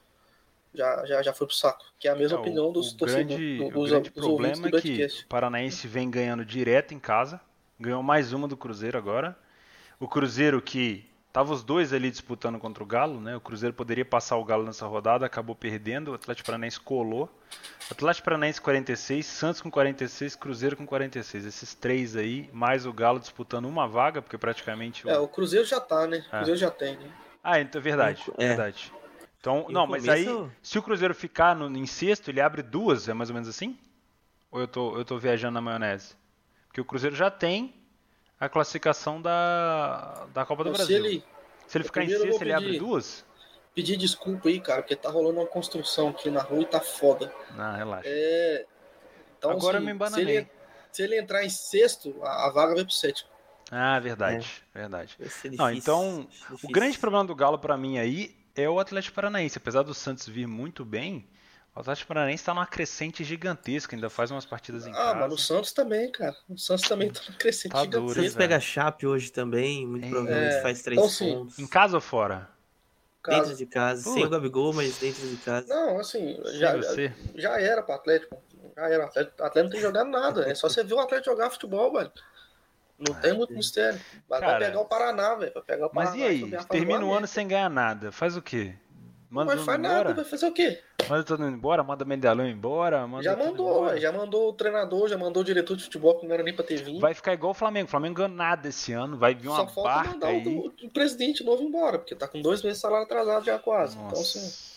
Já, já, já foi pro saco. Que é a mesma é, opinião dos torcedores. Do, dos, o grande dos problema do é que o Paranaense vem ganhando direto em casa. Ganhou mais uma do Cruzeiro agora. O Cruzeiro que tava os dois ali disputando contra o Galo, né? O Cruzeiro poderia passar o Galo nessa rodada, acabou perdendo. O Atlético Paranaense colou. Atlético Paranaense quarenta e seis, Santos com quarenta e seis, Cruzeiro com quarenta e seis. Esses três aí, mais o Galo disputando uma vaga, porque praticamente... O... É, o Cruzeiro já tá, né? O é. Cruzeiro já tem, né? Ah, então é verdade, é. verdade. Então, E não, no mas começo- aí, se o Cruzeiro ficar no, em sexto, ele abre duas, é mais ou menos assim? Ou eu tô, eu tô viajando na maionese? Porque o Cruzeiro já tem a classificação da, da Copa do Então, se Brasil. ele- Se ele ficar em primeiro eu sexto, vou ele abre pedir- duas? Pedir desculpa aí, cara, porque tá rolando uma construção aqui na rua e tá foda. Não, relaxa. É, então, Agora eu assim, me se embananei. ele, se ele entrar em sexto, a, a vaga vai pro sétimo. Ah, verdade, verdade. Vai ser Não, difícil. então, difícil. o grande problema do Galo pra mim aí é o Atlético Paranaense. Apesar do Santos vir muito bem, o Atlético Paranaense tá numa crescente gigantesca, ainda faz umas partidas em Ah, casa. mas o Santos também, cara. O Santos também tá no crescente Tá duro, O gigantesco. Santos hein, pega a velho? Chape hoje também, muito É. provavelmente faz três Então, sim, pontos. Em casa ou fora? Dentro Caso... de casa, Putz. sem o Gabigol, mas dentro de casa. Não, assim, Sem já, você. já era pro Atlético. Já era. O Atlético, o Atlético não tem jogado nada. É só você ver o Atlético jogar futebol, velho. Não tem muito mistério. Mas Cara, vai pegar o Paraná, velho. Vai pegar o Mas Paraná. e aí? subir a fase Termina do o ano América. sem ganhar nada. Faz o quê? Não Manda vai todo fazer mundo nada, embora? vai fazer o quê? Manda todo mundo embora? Manda Medalhão embora? Manda Já tudo mandou, embora? velho. Já mandou o treinador, já mandou o diretor de futebol, que não era nem pra ter vindo. Vai ficar igual o Flamengo. O Flamengo ganhou nada esse ano. Vai vir uma Só falta barca mandar aí. o, o presidente novo embora, porque tá com dois meses de salário atrasado já quase. Então, assim, Nossa.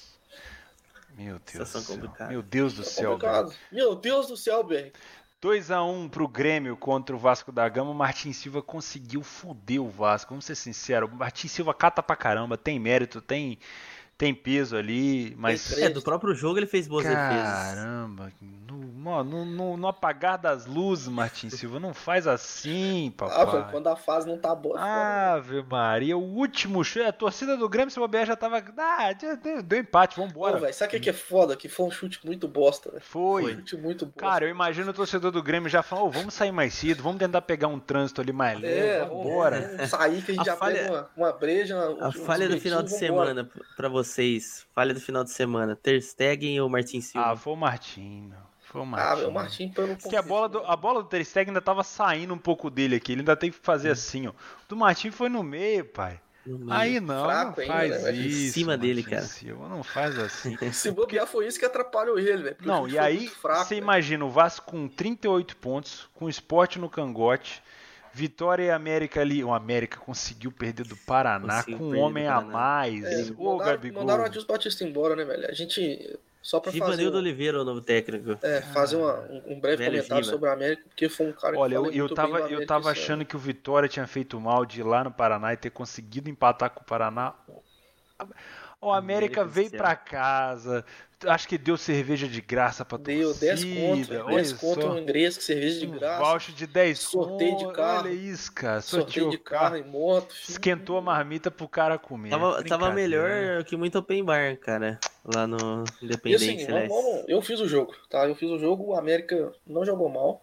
Meu Deus do Situação céu. complicada. Meu Deus do é céu, velho. complicado. Meu Deus do céu, velho. dois a um pro Grêmio contra o Vasco da Gama. O Martin Silva conseguiu foder o Vasco. Vamos ser sinceros. O Martin Silva cata pra caramba. Tem mérito, tem, tem peso ali. Mas. Tem É, do próprio jogo ele fez boas defesas. Caramba. No, no, no, no apagar das luzes, Martin Silva. Não faz assim, Ah, velho, papai. quando a fase não tá boa, é foda, né? Ave Maria. O último chute. A torcida do Grêmio, se bobear, já tava. Ah, já deu, deu empate. Pô, Vambora. velho, sabe o que que é foda? Que foi um chute muito bosta, velho. Foi. Um chute muito bosta. Cara, eu imagino o torcedor do Grêmio já falando, oh, vamos sair mais cedo, vamos tentar pegar um trânsito ali mais leve, É, vamos vamos, embora. vamos sair que a gente A já falha- pega uma, uma breja. A um falha do final de espetinho, vambora. semana pra vocês. Falha do final de semana. Ter Stegen ou Martin Silva? Ah, foi o Martim, meu. Foi o Ah, Martim. velho, o Martim pelo Porque a bola, do, a bola do Ter Stegen ainda tava saindo um pouco dele aqui, ele ainda tem que fazer assim, ó. Do Martim foi no meio, pai. No meio. Aí não, Fraco não ainda, faz né, velho? isso. Em cima dele, Martim cara. Silva, não faz assim. Se bobear foi isso que atrapalhou ele, velho. porque o Não, chute e foi aí muito fraco, você velho. imagina o Vasco com trinta e oito pontos, com o Sport no cangote, Vitória e América ali. O América conseguiu perder do Paraná Conseguiu com um perder do homem a Paraná. mais. É, Ô, mandaram, Gabigol. mandaram o Adilson Batista embora, né, velho? A gente, só pra fazer Givanildo um, Oliveira, o novo técnico. é, fazer uma- um, um breve Velho comentário Giva. sobre a América, porque foi um cara que Olha, eu, falei eu muito tava, bem do eu América tava esse achando ano. que o Vitória tinha feito mal de ir lá no Paraná e ter conseguido empatar com o Paraná. O América América do veio céu. pra casa, acho que deu cerveja de graça pra Deu torcida. dez conto, velho. olha dez conto só. um ingresso, cerveja de Um graça, voucher de dez sorteio de conto. carro. Olha isso, cara. sorteio Sorteou de o carro. carro e moto. filho. Esquentou a marmita pro cara comer. Tava, tava Brincadeira, né? melhor que muito open bar, cara. lá no E assim, Independência, vamos, aliás. vamos- eu fiz o jogo, tá? Eu fiz o jogo, o América não jogou mal.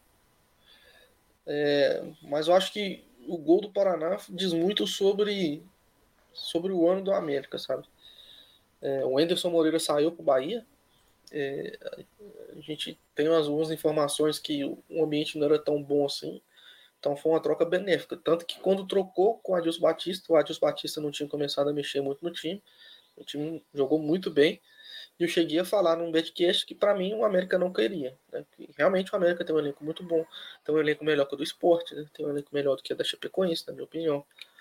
É, mas eu acho que o gol do Paraná diz muito sobre, sobre o ano do América, sabe? É, o Anderson Moreira saiu pro Bahia. É, a gente tem umas, umas informações que o ambiente não era tão bom assim. Então foi uma troca benéfica. Tanto que quando trocou com o Adilson Batista, o Adilson Batista não tinha começado a mexer muito no time. O time jogou muito bem. E eu cheguei a falar num betcast que para mim o América não queria. Né? Que realmente o América tem um elenco muito bom. Tem um elenco melhor que o do Sport. Né? Tem um elenco melhor do que o da Chapecoense, na minha opinião.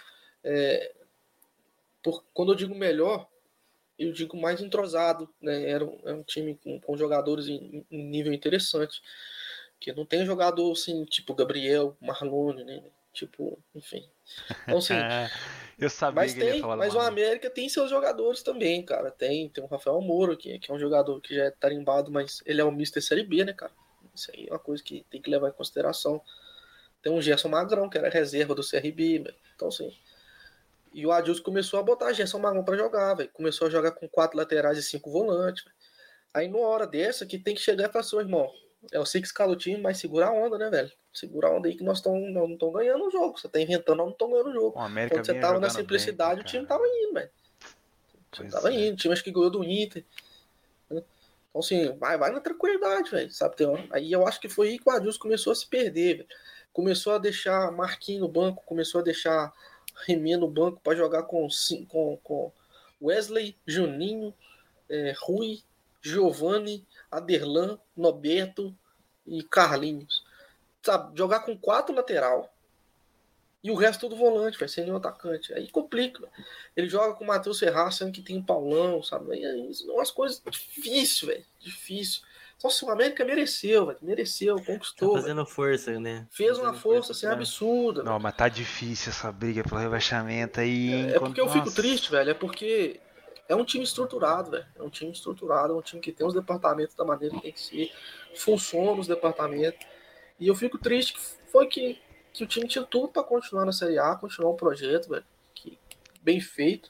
É, por, quando eu digo melhor, eu digo mais entrosado. Né? Era, um, era um time com, com jogadores em, em nível interessante. Que não tem jogador assim, tipo Gabriel, Marlone, né? Tipo, enfim. Então, assim, Eu sabia mas que ele ia tem, falar do mas o Marlon. América tem seus jogadores também, cara. Tem, tem o Rafael Moura, que, que é um jogador que já é tarimbado, mas ele é um mister Série B, né, cara? Isso aí é uma coisa que tem que levar em consideração. Tem um Gerson Magrão, que era reserva do C R B, velho. Então, assim. E o Adilson começou a botar Gerson Magrão pra jogar, velho. Começou a jogar com quatro laterais e cinco volantes, véio. Aí, numa hora dessa, que tem que chegar e falar assim, irmão, eu sei que escala o time, mas segura a onda, né, velho? Segura a onda aí que nós tão, não estamos ganhando o jogo. Você tá inventando, nós não estamos ganhando o jogo. O América Quando você vinha tava na jogando bem pra simplicidade, o time tava caramba. indo, velho. O time Pois tava é. indo, o time acho que ganhou do Inter. Né? Então, assim, vai, vai na tranquilidade, velho. Sabe? Tem uma... Aí eu acho que foi aí que o Adilson começou a se perder, velho. Começou a deixar Marquinhos no banco, começou a deixar Remê no banco pra jogar com, com, com Wesley, Juninho, é, Rui, Giovanni, Aderlan, Noberto e Carlinhos. Sabe, jogar com quatro lateral e o resto tudo volante, vai ser nenhum atacante. Aí complica. Véio. Ele joga com o Matheus Ferraz, sendo que tem o Paulão, sabe? Aí, aí, são umas coisas difíceis, velho. Difícil. Só se o América mereceu, velho. Mereceu, Tá conquistou. fazendo Véio. força, né? Fez uma Fazendo força assim, pra... absurda. Não, véio. mas tá difícil essa briga pelo rebaixamento aí, hein? É porque eu fico Nossa. triste, velho. É porque é um time estruturado, velho. É um time estruturado, é um time que tem os departamentos da maneira que tem que ser. Funciona os departamentos. E eu fico triste que foi que, que o time tinha tudo para continuar na Série A, continuar um projeto, velho, que, bem feito.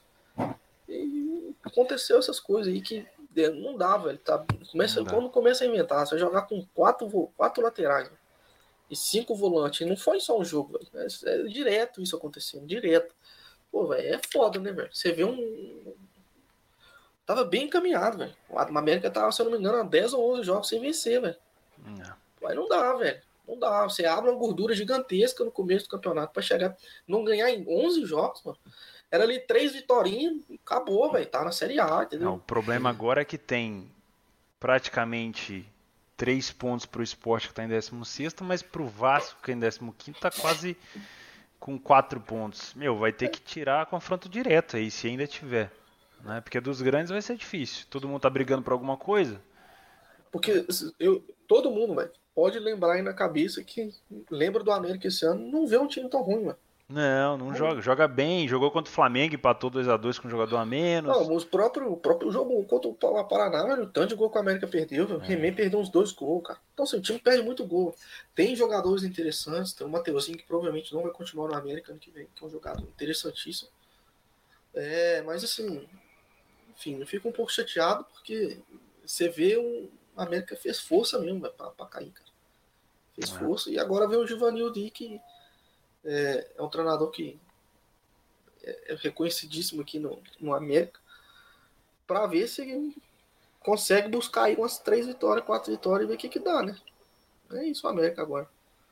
E aconteceu essas coisas aí que não dá, velho. Tá? Começa, Dá. quando começa a inventar, você jogar com quatro, quatro laterais véio, e cinco volantes, e não foi só um jogo, velho. É, é direto isso acontecendo, direto. Pô, velho, é foda, né, velho? Você vê um. Tava bem encaminhado, velho. O América tava, se eu não me engano, há dez ou onze jogos sem vencer, velho. Mas não dá, velho. Não dá. Você abre uma gordura gigantesca no começo do campeonato pra chegar. Não ganhar em onze jogos, mano. Era ali três vitórias e acabou, velho. Tá na Série A, entendeu? Não, o problema agora é que tem praticamente três pontos pro Sport que tá em décimo sexto, mas pro Vasco, que é em décimo quinto, tá quase com quatro pontos. Meu, vai ter que tirar confronto direto aí, se ainda tiver. Né? Porque dos grandes vai ser difícil. Todo mundo tá brigando por alguma coisa. Porque eu, todo mundo, velho, pode lembrar aí na cabeça que lembra do América esse ano, não vê um time tão ruim, mano. Não, não joga. Joga bem. Jogou contra o Flamengo, empatou dois a dois com um jogador a menos. Não, os próprios, o próprio jogo contra o Paraná, velho, o tanto de gol que o América perdeu, velho. O É. Remem perdeu uns dois gols, cara. Então, assim, o time perde muito gol. Tem jogadores interessantes, tem o Mateuzinho que provavelmente não vai continuar no América ano que vem, que é um jogador interessantíssimo. É, mas assim, enfim, eu fico um pouco chateado porque você vê o América fez força mesmo, velho, pra, pra cair, cara. Fez É. força. E agora vem o Givanildi, que é, é um treinador que é, é reconhecidíssimo aqui no, no América, pra ver se consegue buscar aí umas três vitórias, quatro vitórias e ver o que que dá, né? É isso o América agora.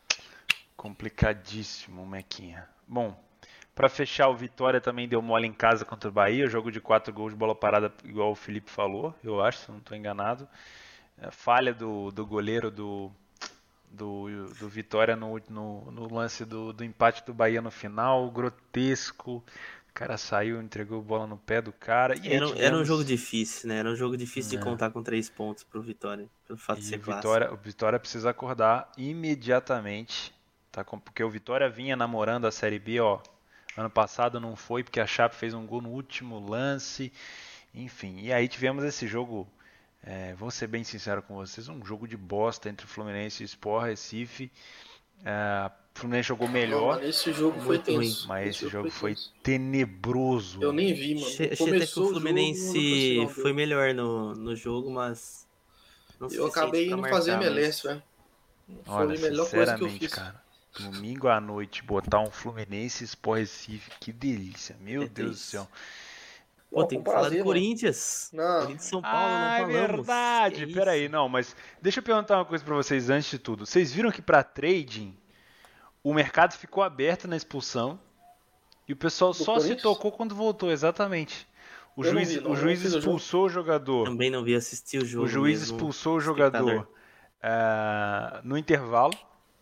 Complicadíssimo, Mequinha. Bom, pra fechar, o Vitória também deu mole em casa contra o Bahia. Jogo de quatro gols de bola parada, igual o Felipe falou, eu acho, se eu não estou enganado. É, falha do, do goleiro do, do, do Vitória no, no, no lance do, do empate do Bahia no final. Grotesco. O cara saiu, entregou a bola no pé do cara. E aí Era, tivemos... era um jogo difícil, né? Era um jogo difícil É. de contar com três pontos pro Vitória, pelo fato de E ser o clássico. Vitória, o Vitória precisa acordar imediatamente, tá? Porque o Vitória vinha namorando a Série B, ó. Ano passado não foi porque a Chape fez um gol no último lance, enfim. E aí tivemos esse jogo, é, vou ser bem sincero com vocês, um jogo de bosta entre o Fluminense e o Sport Recife. É, O Fluminense jogou Não, melhor, mano, esse jogo foi Muito ruim. tenso. mas Esse esse jogo foi tenso. tenebroso. Eu nem vi, mano. Achei, achei até que o Começou o jogo, não Fluminense não foi deu. melhor no, no jogo, mas não o Eu suficiente acabei pra indo fazer marcar, M L S, mas velho. Olha, Foi a melhor coisa que eu sinceramente, fiz. cara, domingo à noite botar um Fluminense e Sport Recife, que delícia, meu é Deus do triste. céu. Pô, Pô, tem com que falar do prazer, mano. Corinthians. Não, Corinthians e São Paulo, não Ah, é falamos. Que verdade. isso? Peraí, não, mas deixa eu perguntar uma coisa pra vocês antes de tudo. Vocês viram que pra trading o mercado ficou aberto na expulsão e o pessoal do só se Corinthians? tocou quando voltou, exatamente. O Eu não juiz, vi, o não. Não juiz fiz o jogo. expulsou o jogador. Também não vi assistir o jogo O juiz mesmo. expulsou o Espectador. jogador ah, no intervalo.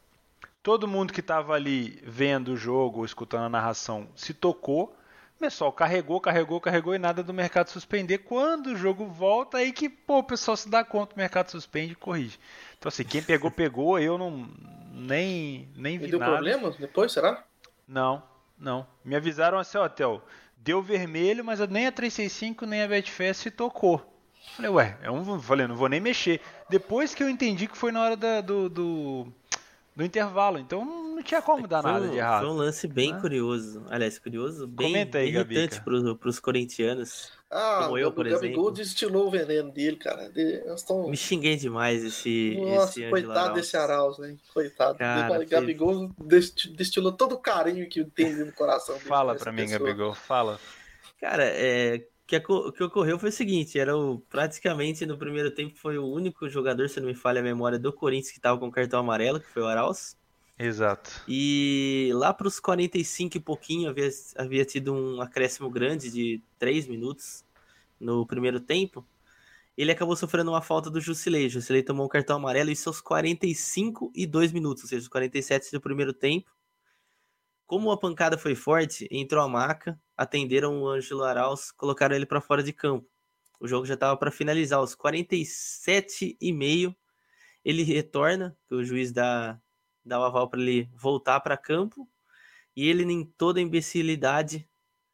Todo mundo que estava ali vendo o jogo ou escutando a narração se tocou. O pessoal carregou, carregou, carregou e nada do mercado suspender. Quando o jogo volta, aí que pô, o pessoal se dá conta, o mercado suspende e corrige. Então assim, quem pegou, pegou. Eu não nem, nem E vi deu nada. problema depois, será? Não, não. Me avisaram assim, ó, Theo, deu vermelho, mas nem a trezentos e sessenta e cinco nem a Betfair se tocou. Falei, ué, é um, falei, não vou nem mexer. Depois que eu entendi que foi na hora da, do, do, do intervalo, então não tinha como dar Foi nada de um, errado. foi um lance bem né? curioso. Aliás, curioso, bem, Comenta aí, bem irritante Gabica. para os corintianos. Ah, Como o eu, Gab- por o Gabigol exemplo. destilou o veneno dele, cara. De- Nós tão- Me xinguei demais esse, Nossa, esse Ângelo coitado desse Arauz. Arauz, né? Coitado. Cara, De- foi- Gabigol desti- destilou todo o carinho que tem no coração dele Fala pra essa pra mim, pessoa. Gabigol, fala. Cara, é, o que, aco- o que ocorreu foi o seguinte, era o, praticamente no primeiro tempo foi o único jogador, se não me falha a memória, do Corinthians que estava com cartão amarelo, que foi o Arauz. Exato. E lá para os quarenta e cinco e pouquinho havia, havia tido um acréscimo grande de três minutos no primeiro tempo. Ele acabou sofrendo uma falta do Jusilei. Jusilei tomou um cartão amarelo e seus quarenta e cinco e dois minutos, ou seja, os quarenta e sete do primeiro tempo. Como a pancada foi forte, entrou a maca, atenderam o Ângelo Arauz, colocaram ele para fora de campo. O jogo já estava para finalizar. Aos quarenta e sete e meio, ele retorna, que o juiz dá, dá o aval para ele voltar para campo. E ele, em toda a imbecilidade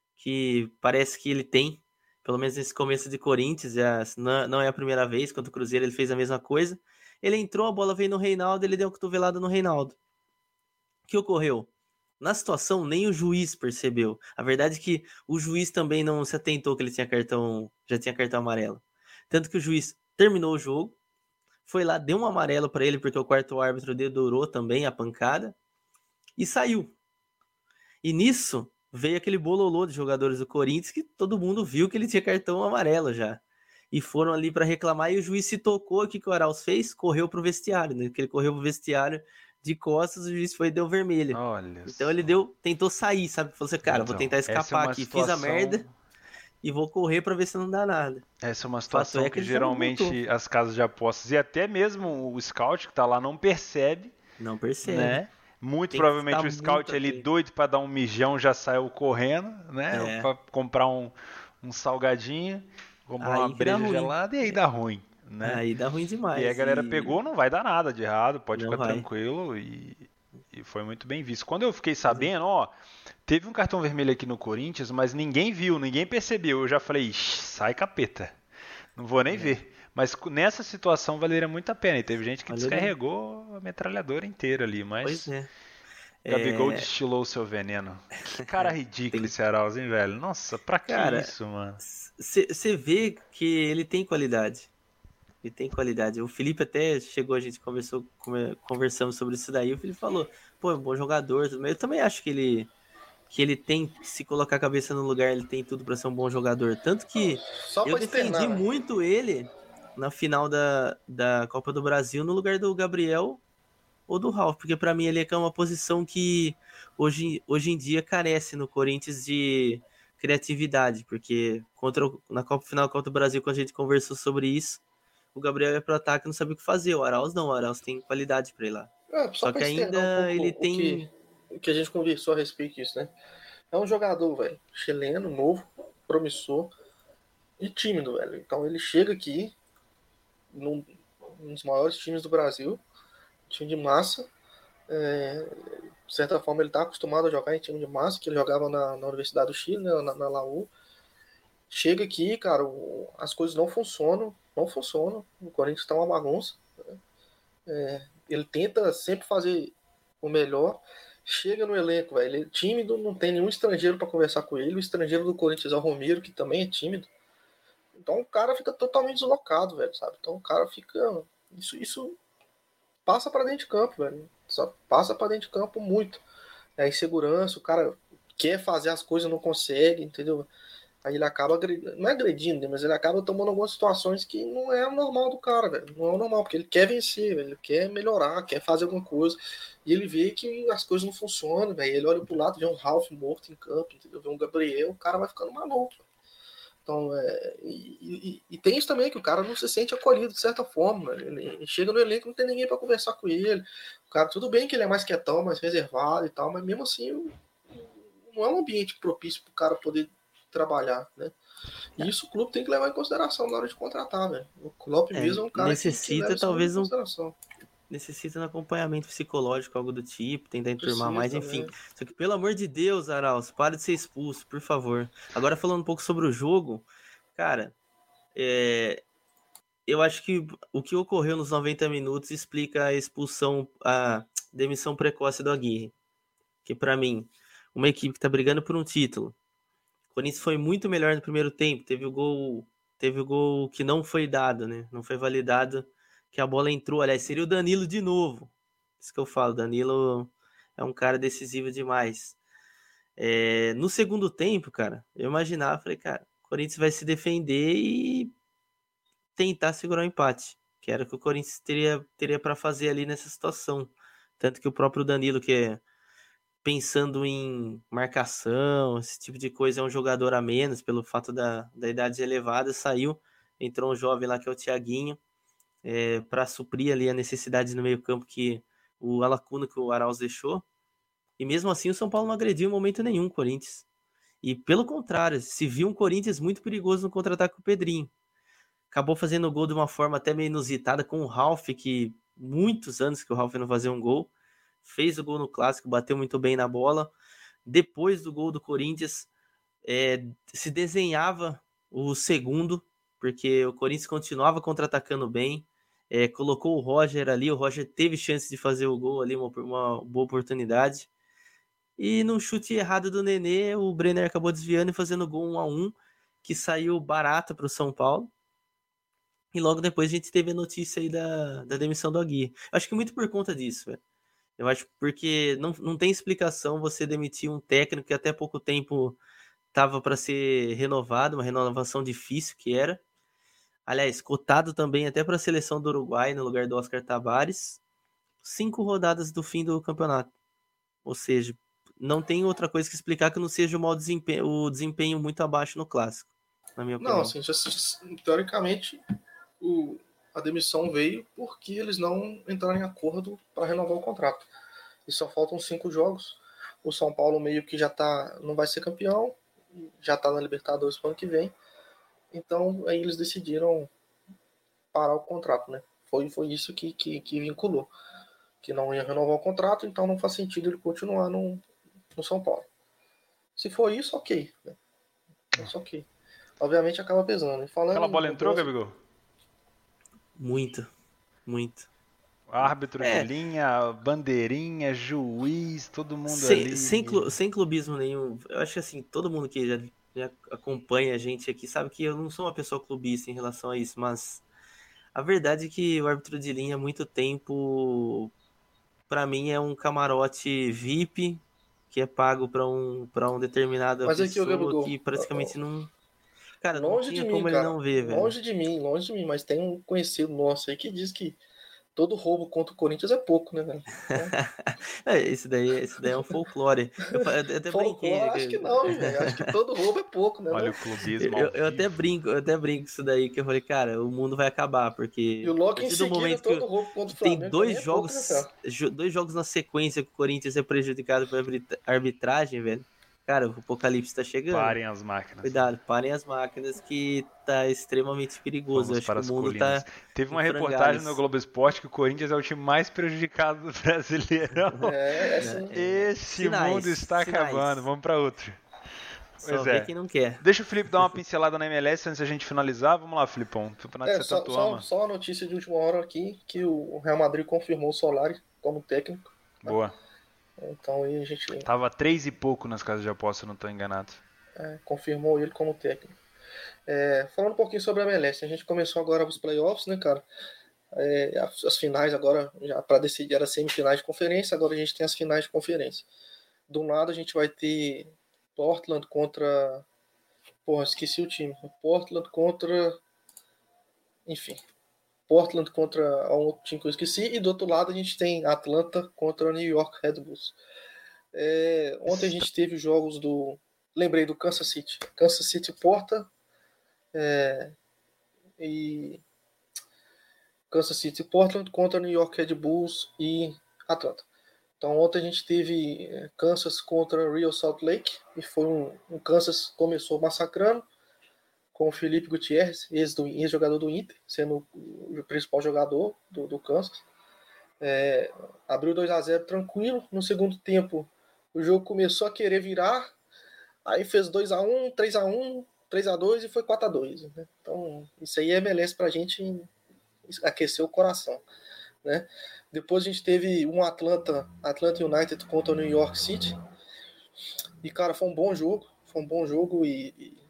que parece que ele tem, pelo menos nesse começo de Corinthians, já não é a primeira vez, contra o Cruzeiro ele fez a mesma coisa. Ele entrou, a bola veio no Reinaldo, ele deu uma cotovelada no Reinaldo. O que ocorreu? Na situação, nem o juiz percebeu. A verdade é que o juiz também não se atentou que ele tinha cartão, já tinha cartão amarelo. Tanto que o juiz terminou o jogo, foi lá, deu um amarelo para ele, porque o quarto árbitro dedurou também a pancada, e saiu. E nisso, veio aquele bololô de jogadores do Corinthians que todo mundo viu que ele tinha cartão amarelo já. E foram ali para reclamar, e o juiz se tocou. O que o Arauz fez? Correu pro vestiário, né? Que ele correu pro vestiário de costas, o juiz foi e deu vermelho. Olha Então só. ele deu, tentou sair, sabe? Falou assim, cara, Então, vou tentar essa é escapar uma aqui. situação- Fiz a merda e vou correr para ver se não dá nada. Essa é uma Fato situação é que, que ele já não geralmente as casas de apostas e até mesmo o scout que tá lá não percebe, Não percebe. né? Muito Tem que provavelmente ficar o scout muito ali atento. doido para dar um mijão já saiu correndo, né? É. Para comprar um, um salgadinho, comprar Aí uma que dá breja ruim. gelada e aí dá ruim, né? Aí dá ruim demais. E aí a galera e- pegou, não vai dar nada de errado, pode Não ficar vai. tranquilo e, e foi muito bem visto. Quando eu fiquei sabendo, ó, teve um cartão vermelho aqui no Corinthians, mas ninguém viu, ninguém percebeu. Eu já falei, "Ixi, sai capeta, não vou É. nem ver." Mas cu- nessa situação valeria muito a pena. E teve gente que Valeria. descarregou a metralhadora inteira ali, mas Pois é. Gabigol É, destilou o seu veneno. Que cara ridículo Tem- esse Arauz, hein, velho? Nossa, pra que Cara, isso, mano? Você vê que ele tem qualidade. Ele tem qualidade. O Felipe até chegou, a gente conversou, come- conversamos sobre isso daí. O Felipe falou, pô, é um bom jogador. tudo mais. Eu também acho que ele, que ele tem que se colocar a cabeça no lugar, ele tem tudo pra ser um bom jogador. Tanto que Só eu pra defendi externar, né? muito ele na final da, da Copa do Brasil no lugar do Gabriel ou do Ralf, porque pra mim ele é uma posição que hoje, hoje em dia carece no Corinthians de criatividade, porque contra o- na Copa final contra o Brasil, quando a gente conversou sobre isso, o Gabriel ia pro ataque e não sabia o que fazer. O Arauz não, o Arauz tem qualidade pra ir lá. É, só Só pra que externar ainda um pouco ele o tem. que, o que a gente conversou a respeito disso, né? É um jogador, velho, chileno, novo, promissor e tímido, velho. Então ele chega aqui num, num dos maiores times do Brasil, time de massa. É, de certa forma ele tá acostumado a jogar em time de massa, que ele jogava na, na Universidade do Chile, né, na, na Laú. Chega aqui, cara, o- as coisas não funcionam, não funcionam. O Corinthians tá uma bagunça. Né? É, ele tenta sempre fazer o melhor. chega no elenco, velho, ele é tímido, não tem nenhum estrangeiro para conversar com ele. O estrangeiro do Corinthians é o Romero, que também é tímido. Então o cara fica totalmente deslocado, velho, sabe? Então o cara fica... Isso, isso passa para dentro de campo, velho. Só passa para dentro de campo muito. É a insegurança, o cara quer fazer as coisas, não consegue, entendeu? Aí ele acaba agredindo, não é agredindo, né? Mas ele acaba tomando algumas situações que não é o normal do cara, velho. Não é o normal, porque ele quer vencer, velho. Ele quer melhorar, quer fazer alguma coisa. E ele vê que as coisas não funcionam, velho. Ele olha pro lado, vê um Ralf morto em campo, entendeu? Vê um Gabriel, o cara vai ficando maluco. Então, é... e, e, e tem isso também, que o cara não se sente acolhido de certa forma. Ele chega no elenco, não tem ninguém para conversar com ele. O cara, tudo bem que ele é mais quietão, mais reservado e tal, mas mesmo assim, não é um ambiente propício pro cara poder trabalhar, né? E isso o clube tem que levar em consideração na hora de contratar, velho. O Klopp É, mesmo é um cara necessita que, que leva talvez isso em um consideração. necessita de um acompanhamento psicológico, algo do tipo, tentar enturmar mais, Precisa, enfim. né? Só que, pelo amor de Deus, Arauz, para de ser expulso, por favor. Agora, falando um pouco sobre o jogo, cara, é, eu acho que o que ocorreu nos noventa minutos explica a expulsão, a demissão precoce do Aguirre. Que, pra mim, uma equipe que tá brigando por um título, o Corinthians foi muito melhor no primeiro tempo, teve o gol, teve o gol que não foi dado, né? Não foi validado, que a bola entrou. Aliás, seria o Danilo de novo. Isso que eu falo, Danilo é um cara decisivo demais. É, no segundo tempo, cara, eu imaginava, falei, cara, o Corinthians vai se defender e tentar segurar o empate, que era o que o Corinthians teria, teria para fazer ali nessa situação. Tanto que o próprio Danilo, que é pensando em marcação, esse tipo de coisa, é um jogador a menos, pelo fato da, da idade elevada, saiu, entrou um jovem lá que é o Thiaguinho, é, para suprir ali a necessidade no meio campo que o a lacuna que o Arauz deixou, e mesmo assim o São Paulo não agrediu em momento nenhum o Corinthians. E pelo contrário, se viu um Corinthians muito perigoso no contra-ataque com o Pedrinho. Acabou fazendo o gol de uma forma até meio inusitada com o Ralf, que muitos anos que o Ralf não fazia um gol. Fez o gol no Clássico, bateu muito bem na bola. Depois do gol do Corinthians, é, se desenhava o segundo, porque o Corinthians continuava contra-atacando bem. É, colocou o Roger ali, o Roger teve chance de fazer o gol ali, uma, uma boa oportunidade. E num chute errado do Nenê, o Brenner acabou desviando e fazendo gol um a um, que saiu barato para o São Paulo. E logo depois a gente teve a notícia aí da, da demissão do Aguirre. Acho que muito por conta disso, velho. Eu acho porque não, não tem explicação você demitir um técnico que até pouco tempo estava para ser renovado, uma renovação difícil que era. Aliás, cotado também até para a seleção do Uruguai no lugar do Oscar Tabares. Cinco rodadas do fim do campeonato. Ou seja, não tem outra coisa que explicar que não seja o mau desempenho, o desempenho muito abaixo no Clássico, na minha opinião. Não, assim, já, teoricamente, o, a demissão veio porque eles não entraram em acordo para renovar o contrato. E só faltam cinco jogos. O São Paulo meio que já tá, não vai ser campeão, já está na Libertadores para o ano que vem. Então, aí eles decidiram parar o contrato, né? Foi, foi isso que, que, que vinculou. Que não ia renovar o contrato, então não faz sentido ele continuar no, no São Paulo. Se for isso, ok. Né? Isso ok. Obviamente acaba pesando. E falando Aquela bola em, entrou, Gabigol? Muito, muito. Árbitro É, de linha, bandeirinha, juiz, todo mundo sem, ali. sem, clu, sem clubismo nenhum. Eu acho que assim, todo mundo que já, já acompanha a gente aqui sabe que eu não sou uma pessoa clubista em relação a isso, mas a verdade é que o árbitro de linha há muito tempo, pra mim, é um camarote V I P que é pago pra um, pra um determinada Mas aqui, o pessoa Gabigol, que praticamente não. Cara, não longe de tinha mim, como ele cara. não ver, velho. Longe de mim, longe de mim. Mas tem um conhecido nosso aí que diz que todo roubo contra o Corinthians é pouco, né, velho? Então, É, esse daí, esse daí é um folclore. Eu, fa- eu até brinquei, folclore, né? acho que Que- não, velho. Acho que todo roubo é pouco, né, Olha não? o clubismo Eu, ao eu até vivo. brinco, eu até brinco com isso daí, que eu falei, cara, o mundo vai acabar, E porque a logo em partir do seguida, momento que, todo roubo que contra o tem Flamengo dois também é pouco, né, jogos, cara? jo- dois jogos na sequência que o Corinthians é prejudicado por arbitra- arbitragem, velho. Cara, o apocalipse tá chegando. Parem as máquinas. Cuidado, parem as máquinas que tá extremamente perigoso. Eu Vamos acho que para o as mundo colinas. tá Teve em uma reportagem no frangalhos. Globo Esporte que o Corinthians é o time mais prejudicado do Brasileirão. É, é Né? assim. É, Esse sinais, mundo está acabando. sinais. Vamos para outro. Só Pois vê é. quem não quer. Deixa o Felipe dar uma pincelada na M L S antes da gente finalizar. Vamos lá, Filipão. Campeonato que É, você só, tanto só, ama. só uma notícia de última hora aqui, que o Real Madrid confirmou o Solari como técnico. Né? Boa. Então aí a gente Tava três e pouco nas casas de aposta, não estou enganado. é, confirmou ele como técnico. É, falando um pouquinho sobre a M L S, a gente começou agora os playoffs, né, cara? É, as, as finais agora, já para decidir, era semifinais de conferência, agora a gente tem as finais de conferência. Do lado a gente vai ter Portland contra. Porra, esqueci o time. Portland contra. Enfim. Portland contra um outro time que eu esqueci. E do outro lado a gente tem Atlanta contra New York Red Bulls. É, ontem a gente teve os jogos do. Lembrei do Kansas City. Kansas City Porta. É, e. Kansas City Portland contra New York Red Bulls e Atlanta. Então ontem a gente teve Kansas contra Real Salt Lake. E foi um, um Kansas que começou massacrando, com o Felipe Gutierrez, ex-jogador do Inter, sendo o principal jogador do, do Kansas. É, abriu dois a zero tranquilo. No segundo tempo, o jogo começou a querer virar. Aí fez dois a um, três a um, três a dois e foi quatro a dois. Né? Então, isso aí é M L S pra gente aquecer o coração. Né? Depois a gente teve um Atlanta, Atlanta United contra o New York City. E, cara, foi um bom jogo. Foi um bom jogo e, e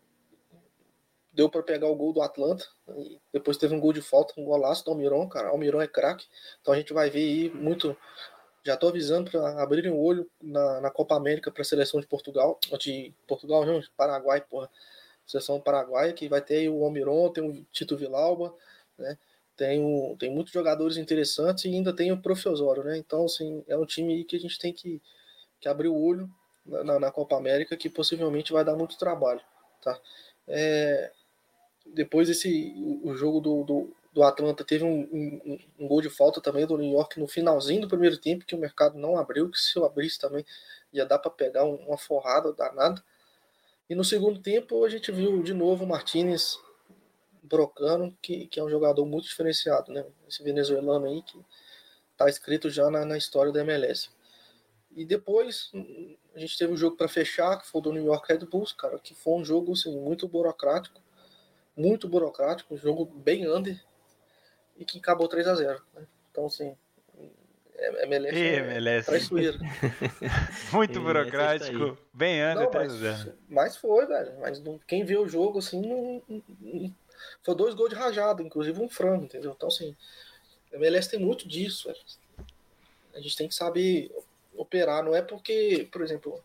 deu para pegar o gol do Atlanta. E depois teve um gol de falta, um golaço do Almiron, cara. O Almiron é craque. Então a gente vai ver aí muito. Já tô avisando para abrirem o olho na, na Copa América para a seleção de Portugal. De Portugal, não, de Paraguai, porra. Seleção do Paraguai, que vai ter aí o Almiron, tem o Tito Villalba, né? Tem, o, tem muitos jogadores interessantes e ainda tem o Prof. Osório, né? Então, assim, é um time aí que a gente tem que, que abrir o olho na, na Copa América, que possivelmente vai dar muito trabalho, tá? É, depois esse, o jogo do, do, do Atlanta teve um, um, um gol de falta também do New York no finalzinho do primeiro tempo, que o mercado não abriu, que se eu abrisse também ia dar para pegar uma forrada danada. E no segundo tempo a gente viu de novo o Martinez brocando, que, que é um jogador muito diferenciado, né? Esse venezuelano aí que tá escrito já na, na história da M L S. E depois a gente teve o um jogo para fechar, que foi o do New York Red Bulls, cara, que foi um jogo assim, muito burocrático, muito burocrático, um jogo bem under, e que acabou três a zero. Né? Então, assim, M L S e, é M L S. traiçoeira. Muito burocrático, bem under, três a zero. Mas foi, velho. Mas quem viu o jogo, assim, não, não, foi dois gols de rajada, inclusive um frango, entendeu? Então, assim, M L S tem muito disso, velho. A gente tem que saber operar, não é porque, por exemplo,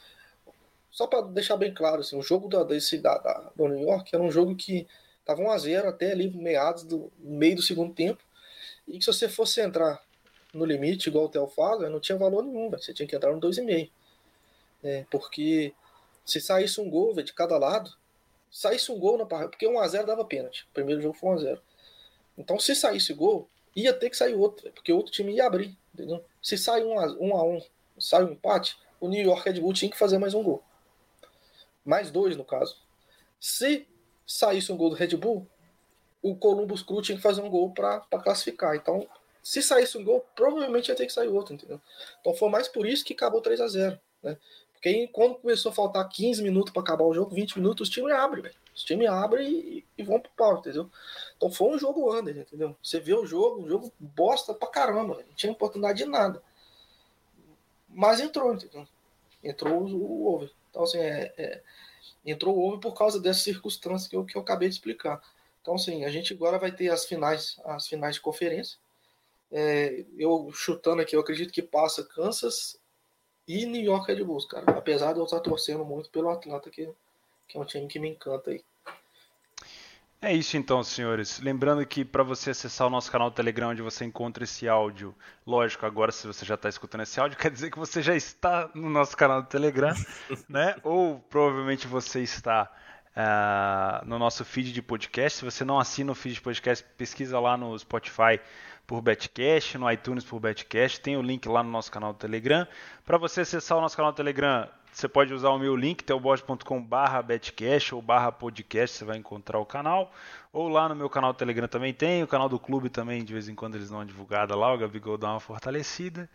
só para deixar bem claro, assim, o jogo da, desse, da, da, do New York era um jogo que tava um a zero até ali meados do meio do segundo tempo, e que se você fosse entrar no limite, igual o Theo fala, não tinha valor nenhum, véio. Você tinha que entrar no dois e meio. É, porque se saísse um gol véio, de cada lado, saísse um gol na partida, porque um a zero dava pênalti. O primeiro jogo foi um a zero. Então, se saísse gol, ia ter que sair outro, véio, porque o outro time ia abrir. Entendeu? Se sai um a um, sai um empate, o New York Red Bull tinha que fazer mais um gol. Mais dois, no caso. Se saísse um gol do Red Bull, o Columbus Crew tinha que fazer um gol para classificar. Então, se saísse um gol, provavelmente ia ter que sair outro, entendeu? Então foi mais por isso que acabou três a zero, né? Porque aí, quando começou a faltar quinze minutos para acabar o jogo, vinte minutos, os times abrem, velho. Os times abrem e, e vão pro pau, entendeu? Então foi um jogo under, entendeu? Você vê o jogo, um jogo bosta pra caramba, véio. Não tinha oportunidade de nada. Mas entrou, entendeu? Entrou o, o over. Então, assim, é, é, entrou o over por causa dessas circunstâncias que eu, que eu acabei de explicar. Então, assim, a gente agora vai ter as finais, as finais de conferência. É, eu chutando aqui, eu acredito que passa Kansas e New York Red Bulls, cara. Apesar de eu estar torcendo muito pelo Atlanta, que, que é um time que me encanta aí. É isso então, senhores. Lembrando que para você acessar o nosso canal do Telegram, onde você encontra esse áudio, lógico, agora se você já está escutando esse áudio, quer dizer que você já está no nosso canal do Telegram, né? Ou provavelmente você está uh, no nosso feed de podcast. Se você não assina o feed de podcast, pesquisa lá no Spotify por Betcast, no iTunes por Betcast, tem o link lá no nosso canal do Telegram. Para você acessar o nosso canal do Telegram, você pode usar o meu link, teobot ponto com barra betcast ou barra podcast, você vai encontrar o canal. Ou lá no meu canal do Telegram também tem, o canal do clube também, de vez em quando eles dão uma divulgada lá, o Gabigol dá uma fortalecida.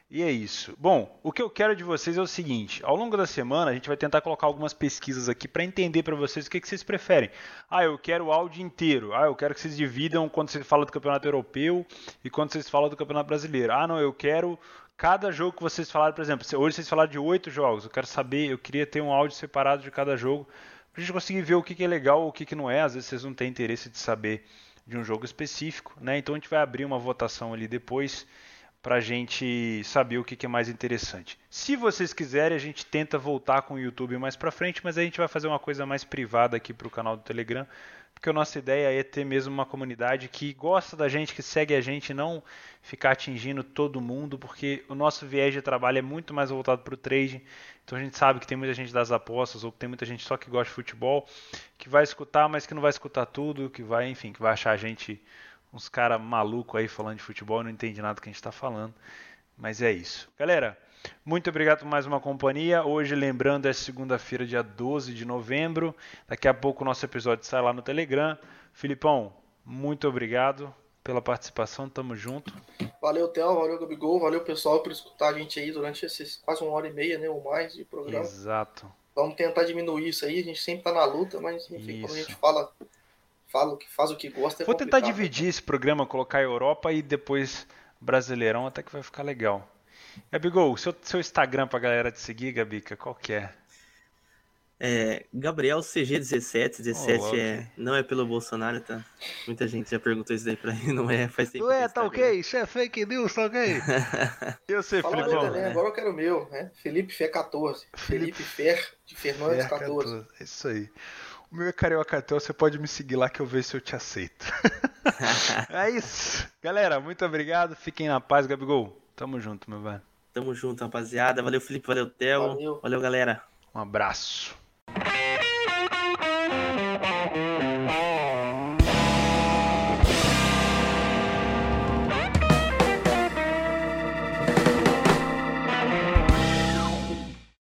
E é isso. Bom, o que eu quero de vocês é o seguinte, ao longo da semana a gente vai tentar colocar algumas pesquisas aqui para entender para vocês o que, que vocês preferem. Ah, eu quero o áudio inteiro. Ah, eu quero que vocês dividam quando vocês falam do Campeonato Europeu e quando vocês falam do Campeonato Brasileiro. Ah, não, eu quero cada jogo que vocês falaram, por exemplo, hoje vocês falaram de oito jogos, eu quero saber, eu queria ter um áudio separado de cada jogo para a gente conseguir ver o que, que é legal ou o que, que não é. Às vezes vocês não têm interesse de saber de um jogo específico, né? Então a gente vai abrir uma votação ali depois para a gente saber o que é mais interessante. Se vocês quiserem, a gente tenta voltar com o YouTube mais para frente, mas a gente vai fazer uma coisa mais privada aqui para o canal do Telegram, porque a nossa ideia é ter mesmo uma comunidade que gosta da gente, que segue a gente, não ficar atingindo todo mundo, porque o nosso viés de trabalho é muito mais voltado para o trading. Então a gente sabe que tem muita gente das apostas, ou que tem muita gente só que gosta de futebol, que vai escutar, mas que não vai escutar tudo, que vai, enfim, que vai achar a gente uns caras malucos aí falando de futebol e não entende nada do que a gente está falando. Mas é isso. Galera, muito obrigado por mais uma companhia. Hoje, lembrando, é segunda-feira, dia doze de novembro. Daqui a pouco o nosso episódio sai lá no Telegram. Filipão, muito obrigado pela participação. Tamo junto. Valeu, Theo. Valeu, Gabigol. Valeu, pessoal, por escutar a gente aí durante esses quase uma hora e meia, né, ou mais de programa. Exato. Vamos tentar diminuir isso aí. A gente sempre tá na luta, mas enfim, isso. Quando a gente fala... Fala o que faz o que gosta. É Vou tentar dividir, né, esse programa, colocar a Europa e depois Brasileirão, até que vai ficar legal. Gabigol, seu, seu Instagram pra galera te seguir, Gabica, qual que é? É Gabriel C G dezessete, dezessete oh, é, não é pelo Bolsonaro, tá? Muita gente já perguntou isso daí pra mim, não é, faz tempo. Não é, tá ok? Isso é fake news, tá ok? Eu sei, Fala Filipão. Também, agora eu quero o meu, né? Felipe Fé quatorze. Felipe, Felipe Fer de Fernandes quatorze. É isso aí. O meu é Carioca Tel, você pode me seguir lá que eu vejo se eu te aceito. É isso. Galera, muito obrigado. Fiquem na paz, Gabigol. Tamo junto, meu velho. Tamo junto, rapaziada. Valeu, Felipe. Valeu, Theo. Valeu, valeu galera. Um abraço.